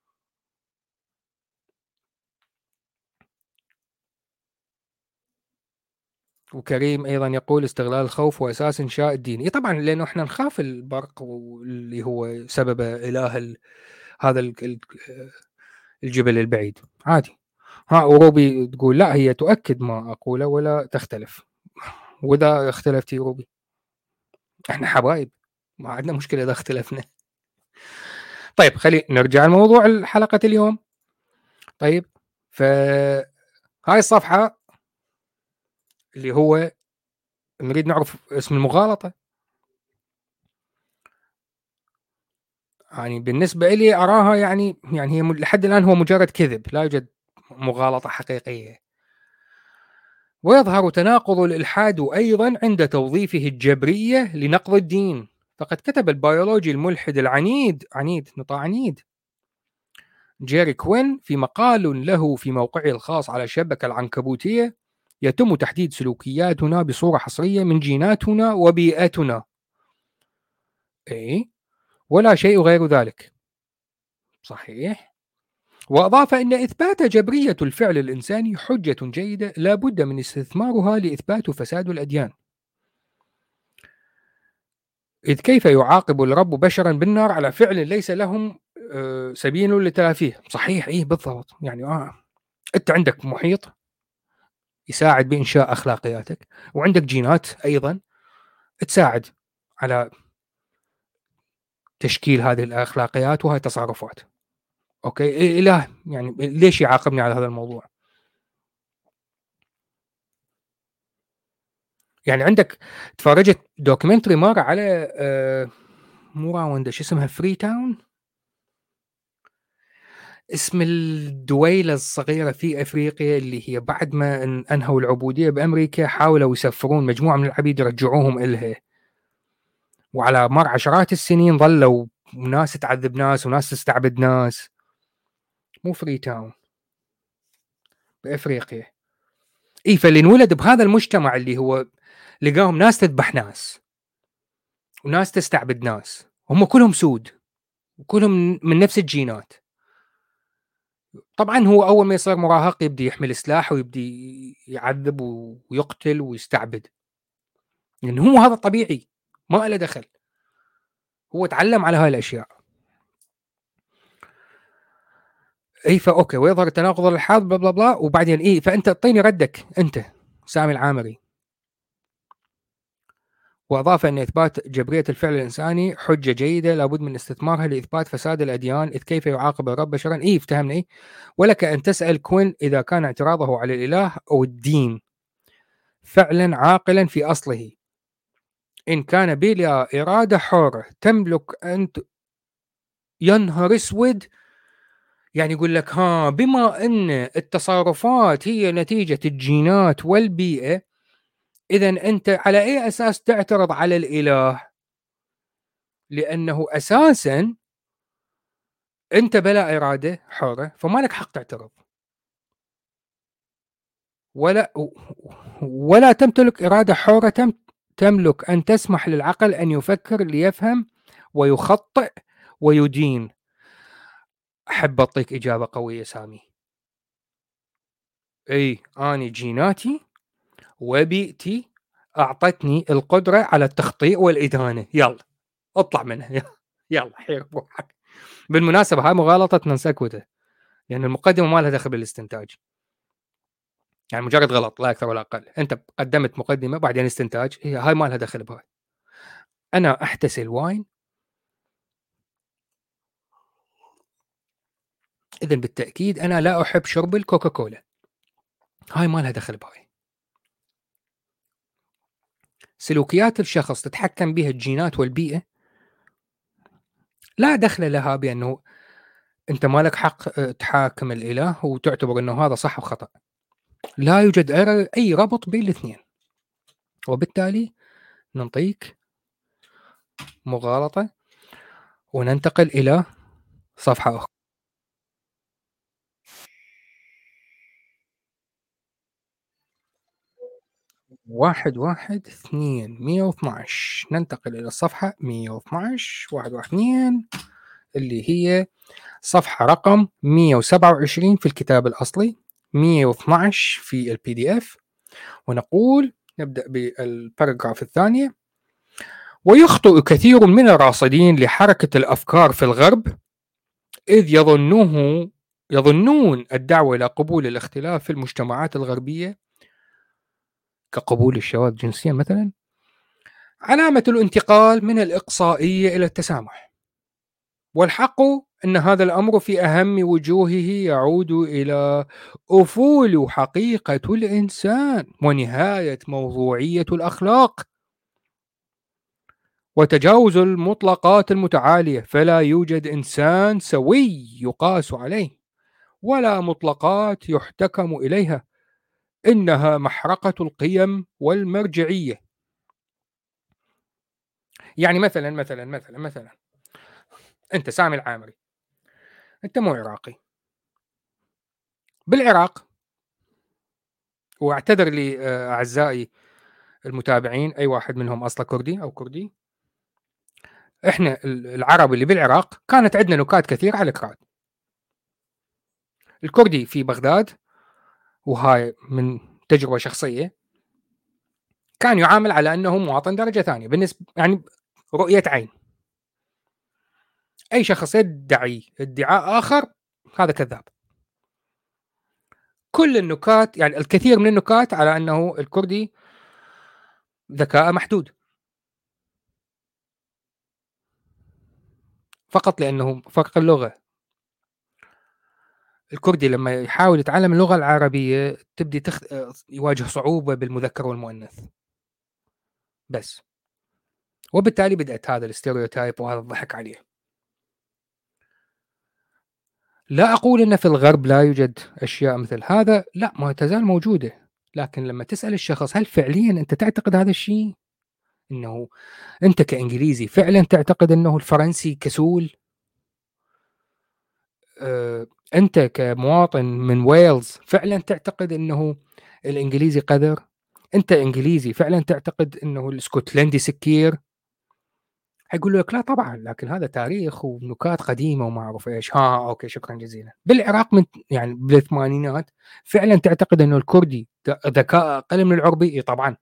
وكريم أيضا يقول استغلال الخوف وأساس إنشاء الدين. طبعا لأنه إحنا نخاف البرق، واللي هو سبب إله هذا الجبل البعيد، عادي. وروبي تقول لا، هي تؤكد ما أقوله ولا تختلف. وإذا اختلفتي روبي إحنا حبايب، ما عندنا مشكلة إذا اختلفنا. طيب خلي نرجع لموضوع حلقة اليوم. طيب فهاي الصفحة اللي هو نريد نعرف اسم المغالطة. يعني بالنسبة لي أراها يعني هي لحد الآن هو مجرد كذب، لا يوجد مغالطة حقيقية. ويظهر تناقض الإلحاد أيضا عند توظيفه الجبرية لنقض الدين. فقد كتب البيولوجي الملحد عنيد جيري كوين في مقال له في موقعه الخاص على الشبكة العنكبوتية: يتم تحديد سلوكياتنا بصورة حصرية من جيناتنا وبيئتنا، ولا شيء غير ذلك. صحيح. وأضاف أن إثبات جبرية الفعل الإنساني حجة جيدة لا بد من استثمارها لإثبات فساد الأديان، إذ كيف يعاقب الرب بشرا بالنار على فعل ليس لهم سبيل لتلافيه. صحيح، إيه بالضبط. يعني أنت عندك محيط يساعد بإنشاء أخلاقياتك، وعندك جينات أيضا تساعد على تشكيل هذه الأخلاقيات وهذه التصرفات. أوكي، إله يعني ليش يعاقبني على هذا الموضوع؟ يعني عندك تفرجت دوكيومنتري مرة على مو راوندا، شو اسمها، فري تاون، اسم الدويلة الصغيرة في أفريقيا اللي هي بعد ما أنهوا العبودية بأمريكا حاولوا يسفرون مجموعة من العبيد يرجعوهم إلها، وعلى مر عشرات السنين ظلوا ناس تعذب ناس وناس تستعبد ناس. مو فري تاون، بأفريقيا. إيه، فاللي انولد بهذا المجتمع اللي هو لقاهم ناس تذبح ناس وناس تستعبد ناس، هم كلهم سود وكلهم من نفس الجينات. طبعا هو أول ما يصير مراهق يبدي يحمل سلاح ويبدي يعذب ويقتل ويستعبد، لأن هو هذا الطبيعي، ما له دخل، هو تعلم على هاي الأشياء. اي فاوكي، ويظهر التناقض الحاد بلا بلا بلا. وبعدين اي فانت اعطيني ردك انت سامي العامري. واضاف ان اثبات جبريه الفعل الانساني حجه جيده لابد من استثمارها لاثبات فساد الاديان، اذ كيف يعاقب الرب بشرا. اي افتهمني. ولك ان تسال كوين اذا كان اعتراضه على الاله او الدين فعلا عاقلا في اصله، ان كان بلا اراده حره تملك ان ينهر اسود. يعني يقول لك بما ان التصرفات هي نتيجه الجينات والبيئه، إذا أنت على أي أساس تعترض على الإله؟ لأنه أساسا أنت بلا إرادة حرة، فما لك حق تعترض، ولا تمتلك إرادة حرة تملك أن تسمح للعقل أن يفكر ليفهم ويخطئ ويدين. أحب أعطيك إجابة قوية سامي. أي أنا جيناتي وبيئتي أعطتني القدرة على التخطيء والإدانة. يلا اطلع منها. يلا حير بروحك. بالمناسبة هاي مغالطة ننسكوته، لأن يعني المقدمة ما لها دخل بالاستنتاج، يعني مجرد غلط لا أكثر ولا أقل. أنت قدمت مقدمة بعدين استنتاج، هاي ما لها دخل بهاي. أنا أحتسي الواين، إذن بالتأكيد أنا لا أحب شرب الكوكاكولا، هاي ما لها دخل بهاي. سلوكيات الشخص تتحكم بها الجينات والبيئة، لا دخل لها بأنه أنت ما لك حق تحاكم الإله وتعتبر أنه هذا صح وخطأ. لا يوجد أي ربط بين الاثنين، وبالتالي نعطيك مغالطة وننتقل إلى صفحة أخرى. 112 112 ننتقل إلى الصفحة 112 112 اللي هي صفحة رقم 127 في الكتاب الأصلي، 112 في البي دي اف. ونقول نبدأ بالباراجراف الثانية. ويخطئ كثير من الراصدين لحركة الأفكار في الغرب إذ يظنون الدعوة إلى قبول الاختلاف في المجتمعات الغربية كقبول الشواذ جنسيا مثلا علامة الانتقال من الإقصائية إلى التسامح. والحق أن هذا الأمر في أهم وجوهه يعود إلى أفول حقيقة الإنسان ونهاية موضوعية الأخلاق وتجاوز المطلقات المتعالية. فلا يوجد إنسان سوي يقاس عليه ولا مطلقات يحتكم إليها، إنها محرقة القيم والمرجعية. يعني مثلا أنت سامي العامري، أنت مو عراقي. بالعراق، واعتذر لي أعزائي المتابعين أي واحد منهم أصله كردي أو كردي، إحنا العرب اللي بالعراق كانت عندنا نكات كثير على الكراد. الكردي في بغداد، وهاي من تجربة شخصية، كان يعامل على أنه مواطن درجة ثانية بالنسبة، يعني رؤية عين. أي شخص يدعي ادعاء آخر هذا كذاب. كل النكات، يعني الكثير من النكات على أنه الكردي ذكاء محدود، فقط لأنه فرق اللغة. الكردي لما يحاول يتعلم اللغة العربية تبدي يواجه صعوبة بالمذكر والمؤنث بس، وبالتالي بدأت هذا الاستيريوتايب وهذا الضحك عليه. لا أقول أن في الغرب لا يوجد أشياء مثل هذا، لا، ما تزال موجودة، لكن لما تسأل الشخص هل فعليا أنت تعتقد هذا الشيء؟ أنه أنت كإنجليزي فعلا تعتقد أنه الفرنسي كسول؟ أنت كمواطن من ويلز فعلا تعتقد أنه الإنجليزي قذر؟ أنت إنجليزي فعلا تعتقد أنه الاسكتلندي سكير؟ هيقول لك لا طبعا، لكن هذا تاريخ ونكات قديمه وما اعرف ايش. اوكي، شكرا جزيلا. بالعراق من يعني بالثمانينات فعلا تعتقد انه الكردي ذكاء اقل من العربي؟ إيه طبعا.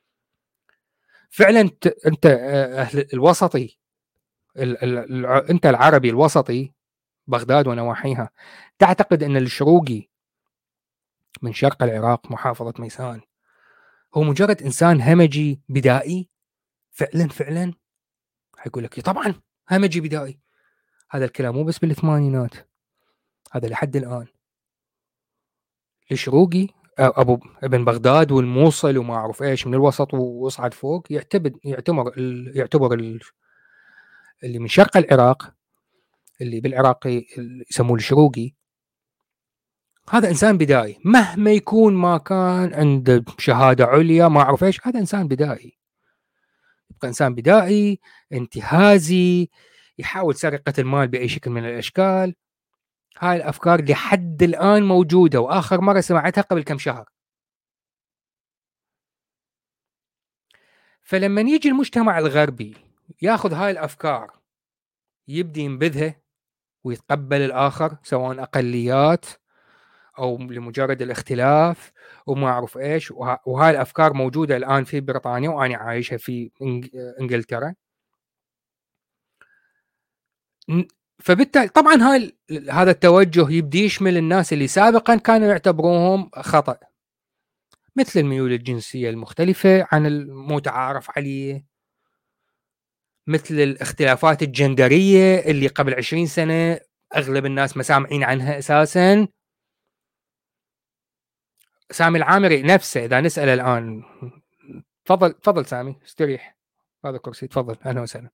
فعلا انت أهل الوسطي، انت العربي الوسطي بغداد ونواحيها تعتقد ان الشروقي من شرق العراق محافظه ميسان هو مجرد انسان همجي بدائي؟ فعلا هيقول لك طبعا همجي بدائي. هذا الكلام مو بس بالثمانينات، هذا لحد الآن. الشروقي أبو ابن بغداد والموصل وما أعرف إيش من الوسط وصعد فوق يعتبر اللي من شرق العراق، اللي بالعراقي يسموه الشروقي، هذا إنسان بدائي مهما يكون ما كان عنده شهادة عليا ما أعرف إيش، هذا إنسان بدائي، يبقى إنسان بدائي انتهازي يحاول سرقة المال بأي شكل من الأشكال. هاي الأفكار لحد الآن موجودة، وآخر مرة سمعتها قبل كم شهر. فلما يجي المجتمع الغربي ياخذ هاي الأفكار يبدي ينبذها ويتقبل الآخر سواء أقليات أو لمجرد الاختلاف وما أعرف إيش، وهاي الأفكار موجودة الآن في بريطانيا وأنا عايشة في إنجلترا. فبالتالي طبعا هذا التوجه يبدي يشمل الناس اللي سابقا كانوا يعتبروهم خطأ، مثل الميول الجنسية المختلفة عن المتعارف عليه، مثل الاختلافات الجندرية اللي قبل 20 سنة أغلب الناس ما سامعين عنها أساسا. سامي العامري نفسه إذا نسأل الآن، تفضل سامي استريح، هذا كرسي، تفضل، أهلا وسهلا.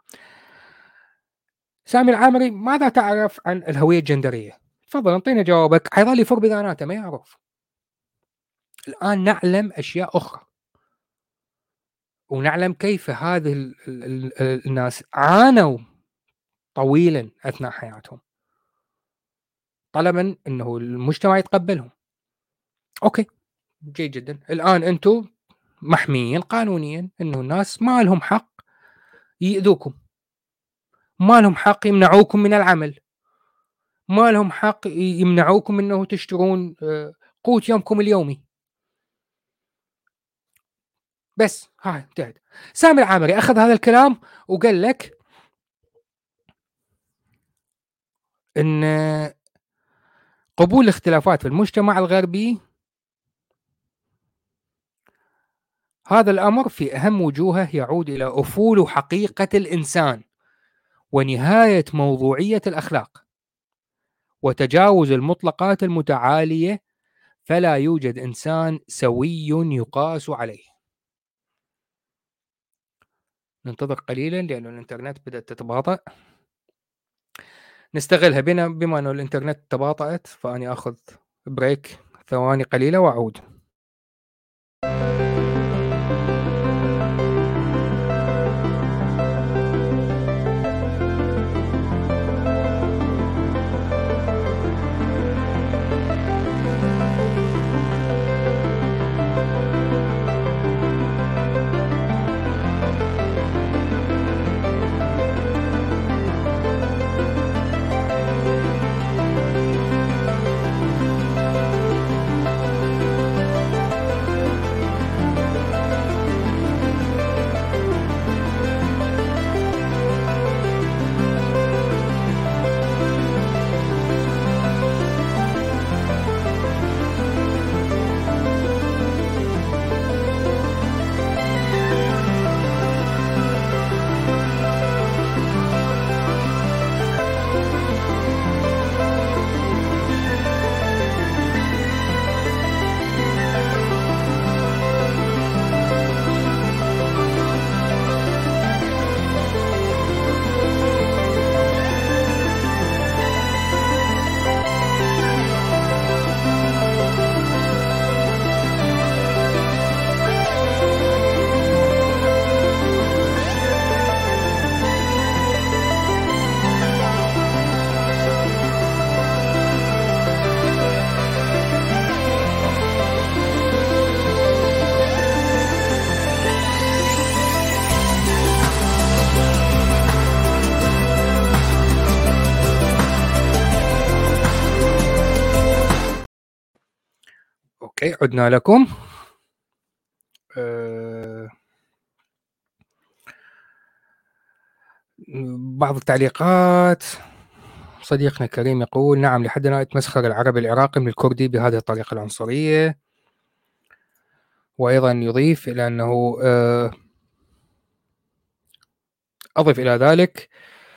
سامي العامري ماذا تعرف عن الهوية الجندرية؟ تفضل انطينا جوابك. حيظل يفر بذاناته ما يعرف. الآن نعلم أشياء أخرى، ونعلم كيف هذه الناس عانوا طويلا أثناء حياتهم طلبا أنه المجتمع يتقبلهم. أوكي، جيد جدا. الآن أنتم محميين قانونيا أنه الناس ما لهم حق يؤذوكم، ما لهم حق يمنعوكم من العمل، ما لهم حق يمنعوكم أنه تشترون قوت يومكم اليومي. بس هاي انتهت. سامي العامري أخذ هذا الكلام وقال لك أن قبول الاختلافات في المجتمع الغربي هذا الأمر في أهم وجوهه يعود إلى أفول حقيقة الإنسان ونهاية موضوعية الأخلاق وتجاوز المطلقات المتعالية، فلا يوجد إنسان سوي يقاس عليه. ننتظر قليلا لأن الإنترنت بدأت تتباطأ، نستغلها بما أن الإنترنت تباطأت، فأنا أخذ بريك ثواني قليلة وأعود. اوكي، عدنا لكم. بعض التعليقات. صديقنا كريم يقول: نعم، لحد الآن يتمسخر العربي العراقي من الكردي بهذه الطريقة العنصرية. وأيضا يضيف إلى أنه أضف إلى ذلك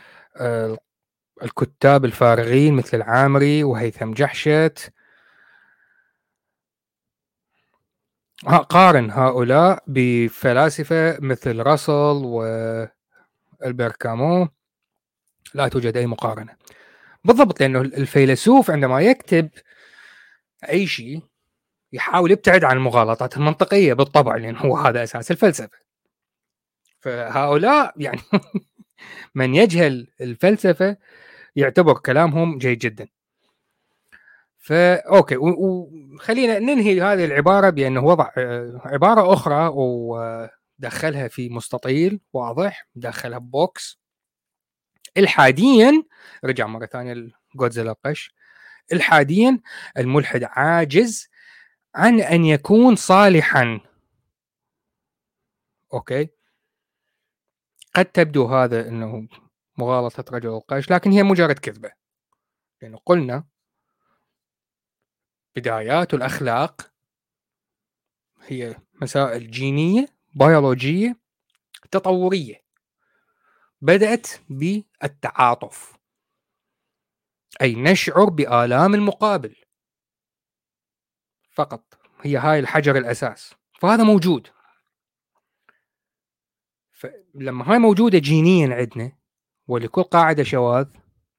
الكتاب الفارغين مثل العامري وهيثم جحشت، قارن هؤلاء بفلاسفة مثل راسل والبير كامو. لا توجد أي مقارنة. بالضبط، لأنه الفيلسوف عندما يكتب أي شيء يحاول يبتعد عن المغالطات المنطقية بالطبع، لأنه هو هذا أساس الفلسفة. فهؤلاء يعني من يجهل الفلسفة يعتبر كلامهم جيد جدا. فأوكي، وخلينا ننهي هذه العبارة بأنه وضع عبارة أخرى ودخلها في مستطيل واضح، دخلها بوكس. الحاديا، رجع مرة ثانية لجودزيلا القش، الحاديا الملحد عاجز عن أن يكون صالحا. أوكي، قد تبدو هذا أنه مغالطة رجل القش، لكن هي مجرد كذبة، لأنه قلنا بدايات الأخلاق هي مسائل جينية بيولوجية تطورية، بدأت بالتعاطف، أي نشعر بآلام المقابل فقط. هي هاي الحجر الأساس، فهذا موجود. فلما هاي موجودة جينيا عندنا ولكل قاعدة شواذ،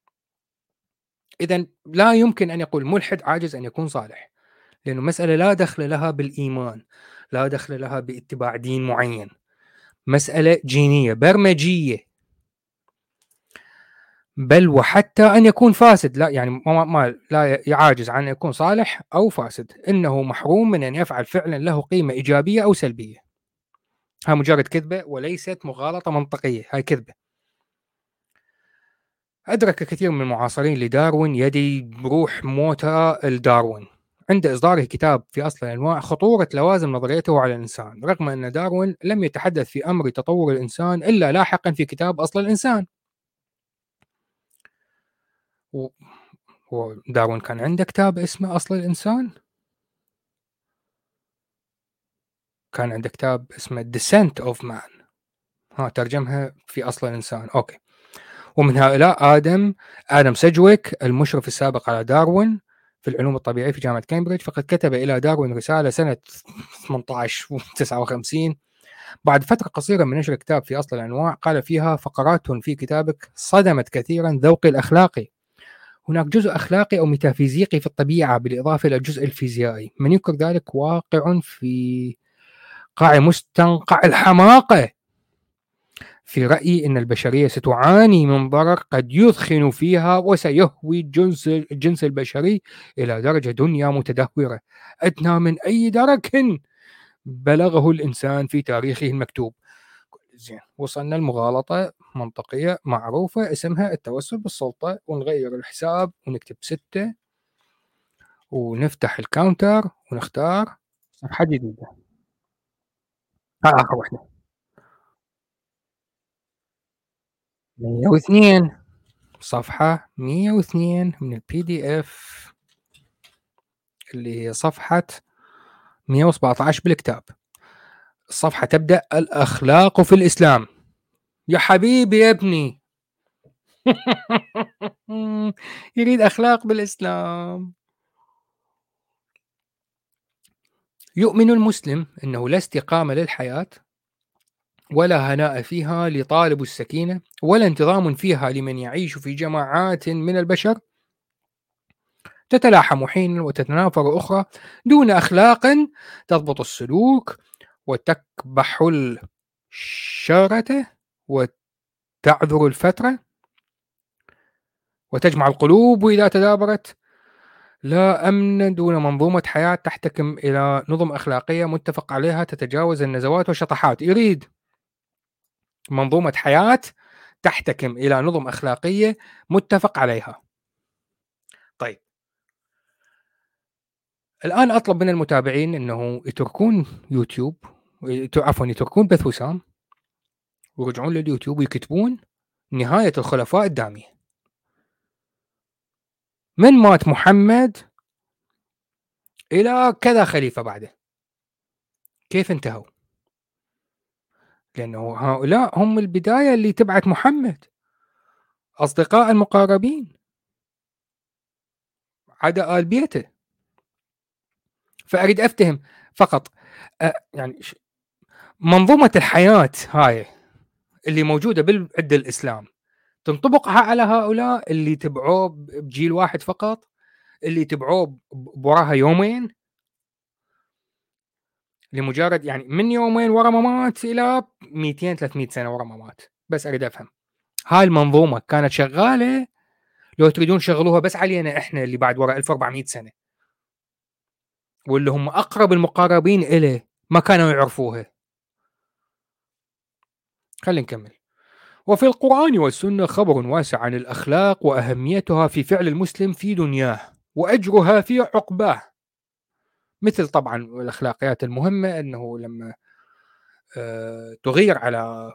إذن لا يمكن أن يقول ملحد عاجز أن يكون صالح، لأنه مسألة لا دخل لها بالإيمان، لا دخل لها باتباع دين معين، مسألة جينية برمجية. بل وحتى أن يكون فاسد، لا يعني ما لا يعاجز عن أن يكون صالح أو فاسد، إنه محروم من أن يفعل فعلا له قيمة إيجابية أو سلبية. هاي مجرد كذبة وليست مغالطة منطقية، هاي كذبة. أدرك كثير من المعاصرين لداروين يدي بروح موتى الداروين عند إصداره كتاب في أصل الأنواع خطورة لوازم نظريته على الإنسان، رغم أن داروين لم يتحدث في أمر تطور الإنسان إلا لاحقا في كتاب أصل الإنسان. وداروين كان عنده كتاب اسمه أصل الإنسان، كان عنده كتاب اسمه Descent of Man، ترجمها في أصل الإنسان. أوكي. ومن هؤلاء آدم سجويك المشرف السابق على داروين في العلوم الطبيعية في جامعة كامبريدج، فقد كتب إلى داروين رسالة سنة 1859 بعد فترة قصيرة من نشر الكتاب في أصل الأنواع. قال فيها: فقرات في كتابك صدمت كثيرا ذوقي الأخلاقي. هناك جزء أخلاقي أو ميتافيزيقي في الطبيعة بالإضافة إلى الجزء الفيزيائي، من ينكر ذلك واقع في قاع مستنقع الحماقة. في رأيي أن البشرية ستعاني من ضرر قد يثخن فيها وسيهوي الجنس البشري إلى درجة دنيا متدهورة أدنى من أي درك بلغه الإنسان في تاريخه المكتوب. زين، وصلنا المغالطة منطقية معروفة اسمها التوسل بالسلطة، ونغير الحساب ونكتب 6 ونفتح الكاونتر ونختار صفحة جديدة. آخر واحدة 102، صفحة 102 من البي دي اف اللي هي صفحة 117 بالكتاب. الصفحة تبدأ: الأخلاق في الإسلام. يا حبيبي يا ابني يريد أخلاق بالإسلام. يؤمن المسلم أنه لا استقامة للحياة ولا هناء فيها لطالب السكينة ولا انتظام فيها لمن يعيش في جماعات من البشر تتلاحم حينا وتتنافر أخرى دون أخلاق تضبط السلوك وتكبح الشارة وتعذر الفترة وتجمع القلوب إذا تدابرت. لا أمن دون منظومة حياة تحتكم إلى نظم أخلاقية متفق عليها تتجاوز النزوات والشطحات. يريد منظومة حياة تحتكم إلى نظم أخلاقية متفق عليها. طيب، الآن أطلب من المتابعين أنه يتركون يوتيوب، عفوا يتركون بث وسام ويرجعون لليوتيوب ويكتبون نهاية الخلفاء الدامية، من مات محمد إلى كذا خليفة بعده كيف انتهوا، لأنه هؤلاء هم البداية اللي تبعت محمد، أصدقاء المقاربين عدا آل بيته. فأريد أفتهم فقط يعني منظومة الحياة هاي اللي موجودة بالعد الإسلام تنطبقها على هؤلاء اللي تبعوه بجيل واحد فقط، اللي تبعوه بوراها يومين، لمجرد يعني من يومين ورا ما مات إلى 200 300 سنة ورا ما مات. بس أريد أفهم هاي المنظومة كانت شغالة لو تريدون شغلوها بس علينا إحنا اللي بعد ورا 1400 سنة، واللي هم أقرب المقاربين إليه ما كانوا يعرفوها. خلينا نكمل. وفي القرآن والسنة خبر واسع عن الأخلاق وأهميتها في فعل المسلم في دنياه وأجرها في عقباه، مثل طبعا الأخلاقيات المهمة أنه لما تغير على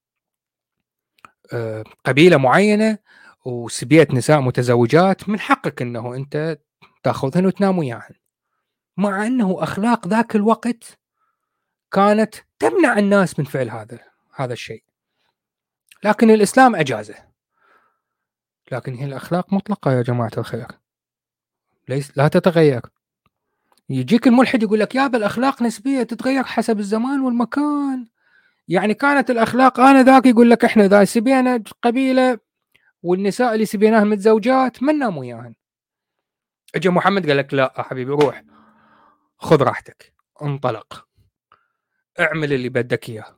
قبيلة معينة وسبيت نساء متزوجات من حقك أنه أنت تأخذهن وتنام وياهن، مع أنه أخلاق ذاك الوقت كانت تمنع الناس من فعل هذا الشيء، لكن الإسلام أجازه. لكن هي الأخلاق مطلقة يا جماعة الخير، لا تتغير. يجيك الملحد يقول لك يا بالأخلاق نسبية تتغير حسب الزمان والمكان. يعني كانت الأخلاق آنذاك يقول لك إحنا إذا سبينا قبيلة والنساء اللي سبيناها متزوجات ما ننام وياهن، اجى محمد قال لك لا حبيبي روح خذ راحتك انطلق اعمل اللي بدك اياه.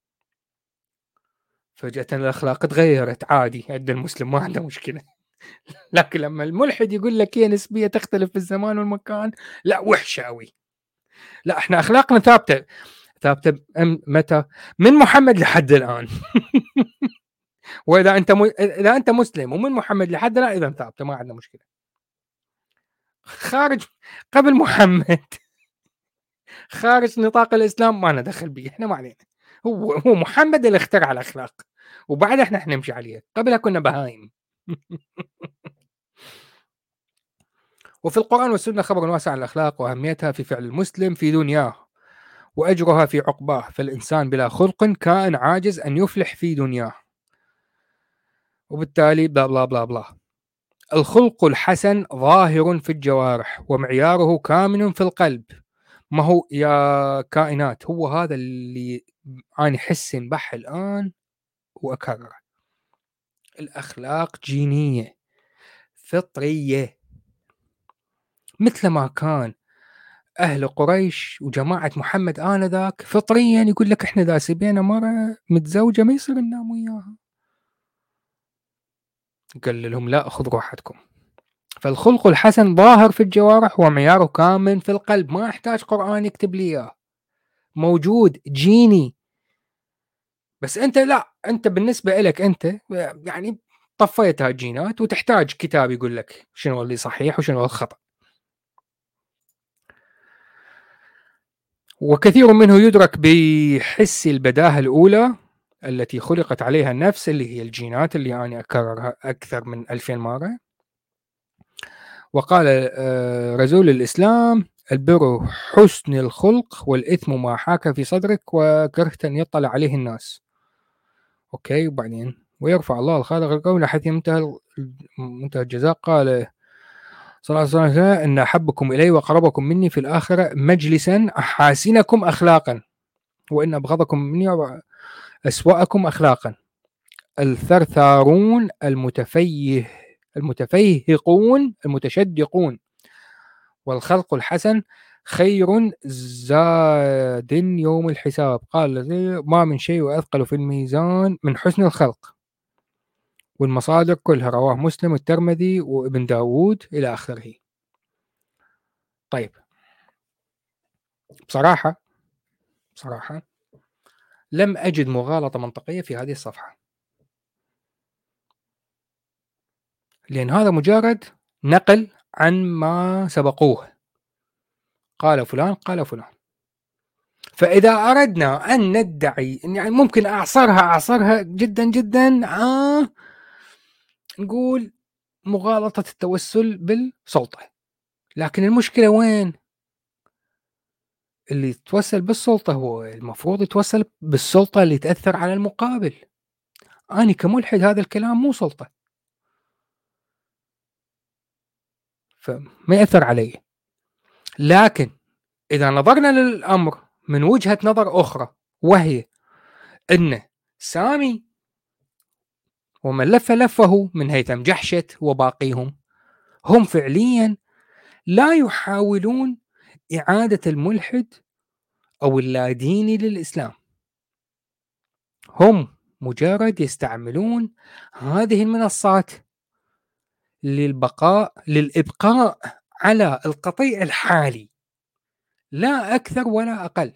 فجأة الأخلاق تغيرت عادي عند المسلم ما عنده مشكلة. لكن لما الملحد يقول لك هي نسبية تختلف في الزمان والمكان، لا وحشة قوي. لا احنا أخلاقنا ثابتة متى؟ من محمد لحد الآن. وإذا إذا أنت مسلم ومن محمد لحد الآن إذا ثابتة ما عندنا مشكلة. خارج قبل محمد خارج نطاق الإسلام ما ندخل به، احنا ما علينا. هو محمد اللي اخترع الأخلاق وبعد احنا نمشي عليه، قبلها كنا بهايم. وفي القرآن والسنة خبر واسع عن الأخلاق وأهميتها في فعل المسلم في دنياه وأجرها في عقباه، فالإنسان بلا خلق كائن عاجز أن يفلح في دنياه، وبالتالي بلا بلا بلا بلا. الخلق الحسن ظاهر في الجوارح ومعياره كامن في القلب. ما هو يا كائنات هو هذا اللي أنا حس بح الآن وأكرره. الأخلاق جينية فطرية، مثل ما كان أهل قريش وجماعة محمد آنذاك فطريا يقول لك إحنا إذا سبينا مرة متزوجة ما يصير ننام وياها. قال لهم لا خذوا راحتكم. فالخلق الحسن ظاهر في الجوارح ومعياره كامن في القلب، ما يحتاج قرآن يكتب لي إياه، موجود جيني. بس أنت لا، أنت بالنسبة لك أنت يعني طفيت هالجينات وتحتاج كتاب يقول لك شنو اللي صحيح وشنو الخطأ. وكثير منه يدرك بحس البداهة الأولى التي خلقت عليها النفس اللي هي الجينات اللي أنا أكررها أكثر من 2000 مرة. وقال رسول الإسلام البر حسن الخلق والإثم ما حاك في صدرك وكرهت أن يطلع عليه الناس. أوكي. وبعدين ويرفع الله الخالق القول حيث منتهى الجزاء. قال صلى الله عليه وسلم إن أحبكم إلي وقربكم مني في الآخرة مجلسا أحاسنكم أخلاقا وإن أبغضكم مني أسوأكم أخلاقا الثرثارون المتفيهقون المتشدقون. والخلق الحسن خير زاد يوم الحساب. قال ما من شيء أثقل في الميزان من حسن الخلق. والمصادر كلها رواه مسلم والترمذي وابن داود إلى آخره. طيب بصراحة لم أجد مغالطة منطقية في هذه الصفحة، لأن هذا مجرد نقل عن ما سبقوه. قال فلان قال فلان. فإذا أردنا أن ندعي، يعني ممكن أعصرها جدا جدا، نقول مغالطة التوسل بالسلطة. لكن المشكلة وين؟ اللي يتوسل بالسلطة هو المفروض يتوسل بالسلطة اللي تأثر على المقابل. أنا كملحد هذا الكلام مو سلطة، فما يأثر علي. لكن إذا نظرنا للأمر من وجهة نظر أخرى، وهي أن سامي ومن لف لفه من هيثم جحشت وباقيهم هم فعليا لا يحاولون إعادة الملحد أو اللاديني للإسلام، هم مجرد يستعملون هذه المنصات للإبقاء على القطيع الحالي، لا أكثر ولا أقل.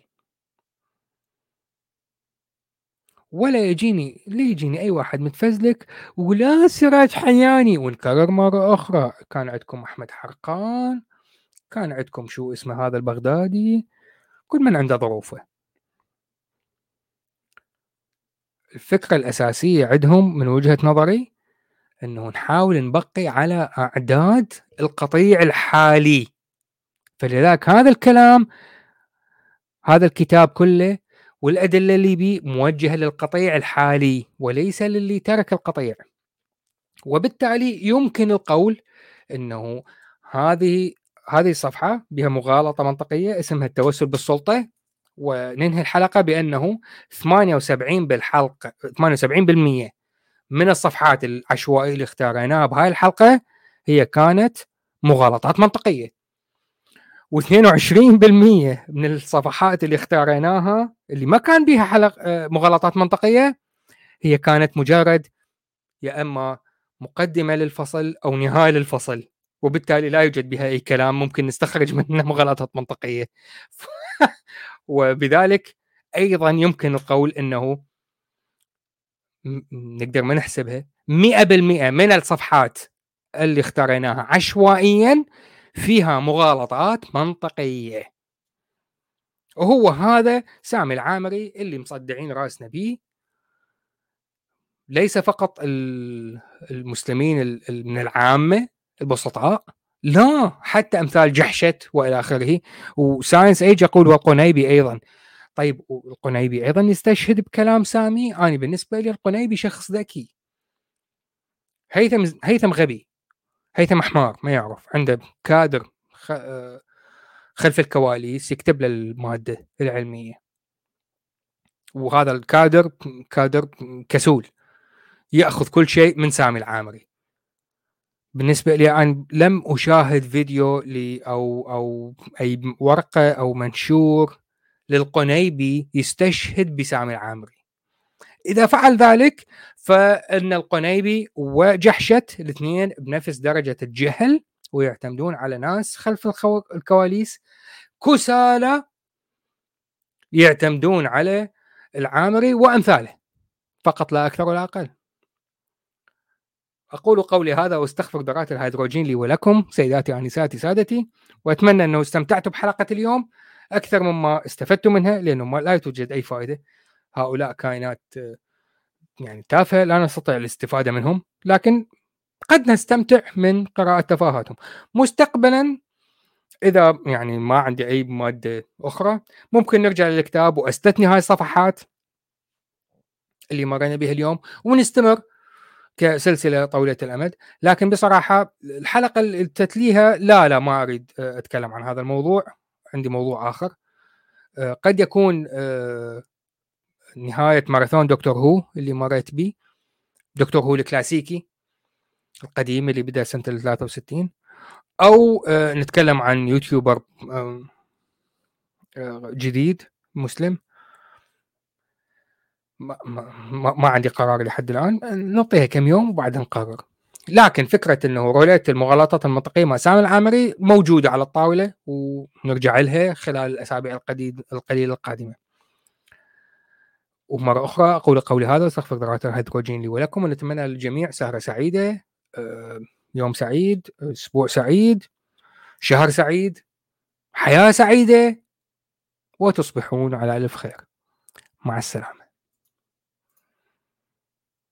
ولا يجيني أي واحد متفزلك ولا سراج حياني. ونكرر مرة أخرى، كان عندكم أحمد حرقان، كان عندكم شو اسمه هذا البغدادي، كل من عنده ظروفه. الفكرة الأساسية عندهم من وجهة نظري أنه نحاول نبقي على أعداد القطيع الحالي. فلذلك هذا الكلام، هذا الكتاب كله والأدلة اللي بيه موجهة للقطيع الحالي وليس للي ترك القطيع. وبالتالي يمكن القول أنه هذه الصفحة بها مغالطة منطقية اسمها التوسل بالسلطة، وننهي الحلقة بأنه 78% من الصفحات العشوائية اللي اختاريناها بهاي الحلقة هي كانت مغالطات منطقية، و22% من الصفحات اللي اختاريناها اللي ما كان بها مغالطات منطقية هي كانت مجرد يا أما مقدمة للفصل أو نهاية للفصل، وبالتالي لا يوجد بها أي كلام ممكن نستخرج منه مغالطات منطقية. وبذلك أيضا يمكن القول أنه نقدر ما نحسبها 100% من الصفحات اللي اختاريناها عشوائيا فيها مغالطات منطقية. وهو هذا سامي العامري اللي مصدعين راسنا به، ليس فقط المسلمين من العامة البسطاء، لا حتى أمثال جحشت وإلى آخره. وساينس ايج يقول والقنيبي أيضا. طيب القنيبي أيضا يستشهد بكلام سامي. أنا بالنسبة لي القنيبي شخص ذكي، هيثم غبي، هيثم حمار ما يعرف، عنده كادر خلف الكواليس يكتب له المادة العلمية، وهذا الكادر كادر كسول يأخذ كل شيء من سامي العامري. بالنسبة لي أنا لم أشاهد فيديو أو أي ورقة أو منشور للقنيبي يستشهد بسامي العامري. إذا فعل ذلك فإن القنيبي وجحشت الاثنين بنفس درجة الجهل، ويعتمدون على ناس خلف الكواليس كسالى يعتمدون على العامري وأمثاله فقط لا أكثر ولا أقل. أقول قولي هذا واستغفر ذرات الهيدروجين لي ولكم سيداتي آنساتي سادتي، وأتمنى أنه استمتعتوا بحلقة اليوم أكثر مما استفدتوا منها، لأنه لا توجد أي فائدة. هؤلاء كائنات يعني تافهة لا نستطيع الاستفادة منهم، لكن قد نستمتع من قراءة تفاهاتهم. مستقبلا إذا يعني ما عندي أي مادة أخرى ممكن نرجع للكتاب وأستثني هاي الصفحات اللي مرينا بها اليوم ونستمر كسلسلة طويلة الأمد. لكن بصراحة الحلقة اللي تتليها لا ما أريد أتكلم عن هذا الموضوع، عندي موضوع آخر. قد يكون نهاية ماراثون دكتور هو اللي مريت به، دكتور هو الكلاسيكي القديم اللي بدأ سنة 63، أو نتكلم عن يوتيوبر جديد مسلم. ما عندي قرار لحد الآن، نعطيها كم يوم وبعدها نقرر. لكن فكرة أنه روليت المغالطات المنطقية مع سامي العامري موجودة على الطاولة ونرجع لها خلال الأسابيع القليلة القادمة. ومرة أخرى أقول قولي هذا واستغفر ذرات الهيدروجين لي ولكم، ونتمنى للجميع سهرة سعيدة، يوم سعيد، أسبوع سعيد، شهر سعيد، حياة سعيدة وتصبحون على ألف خير. مع السلامة.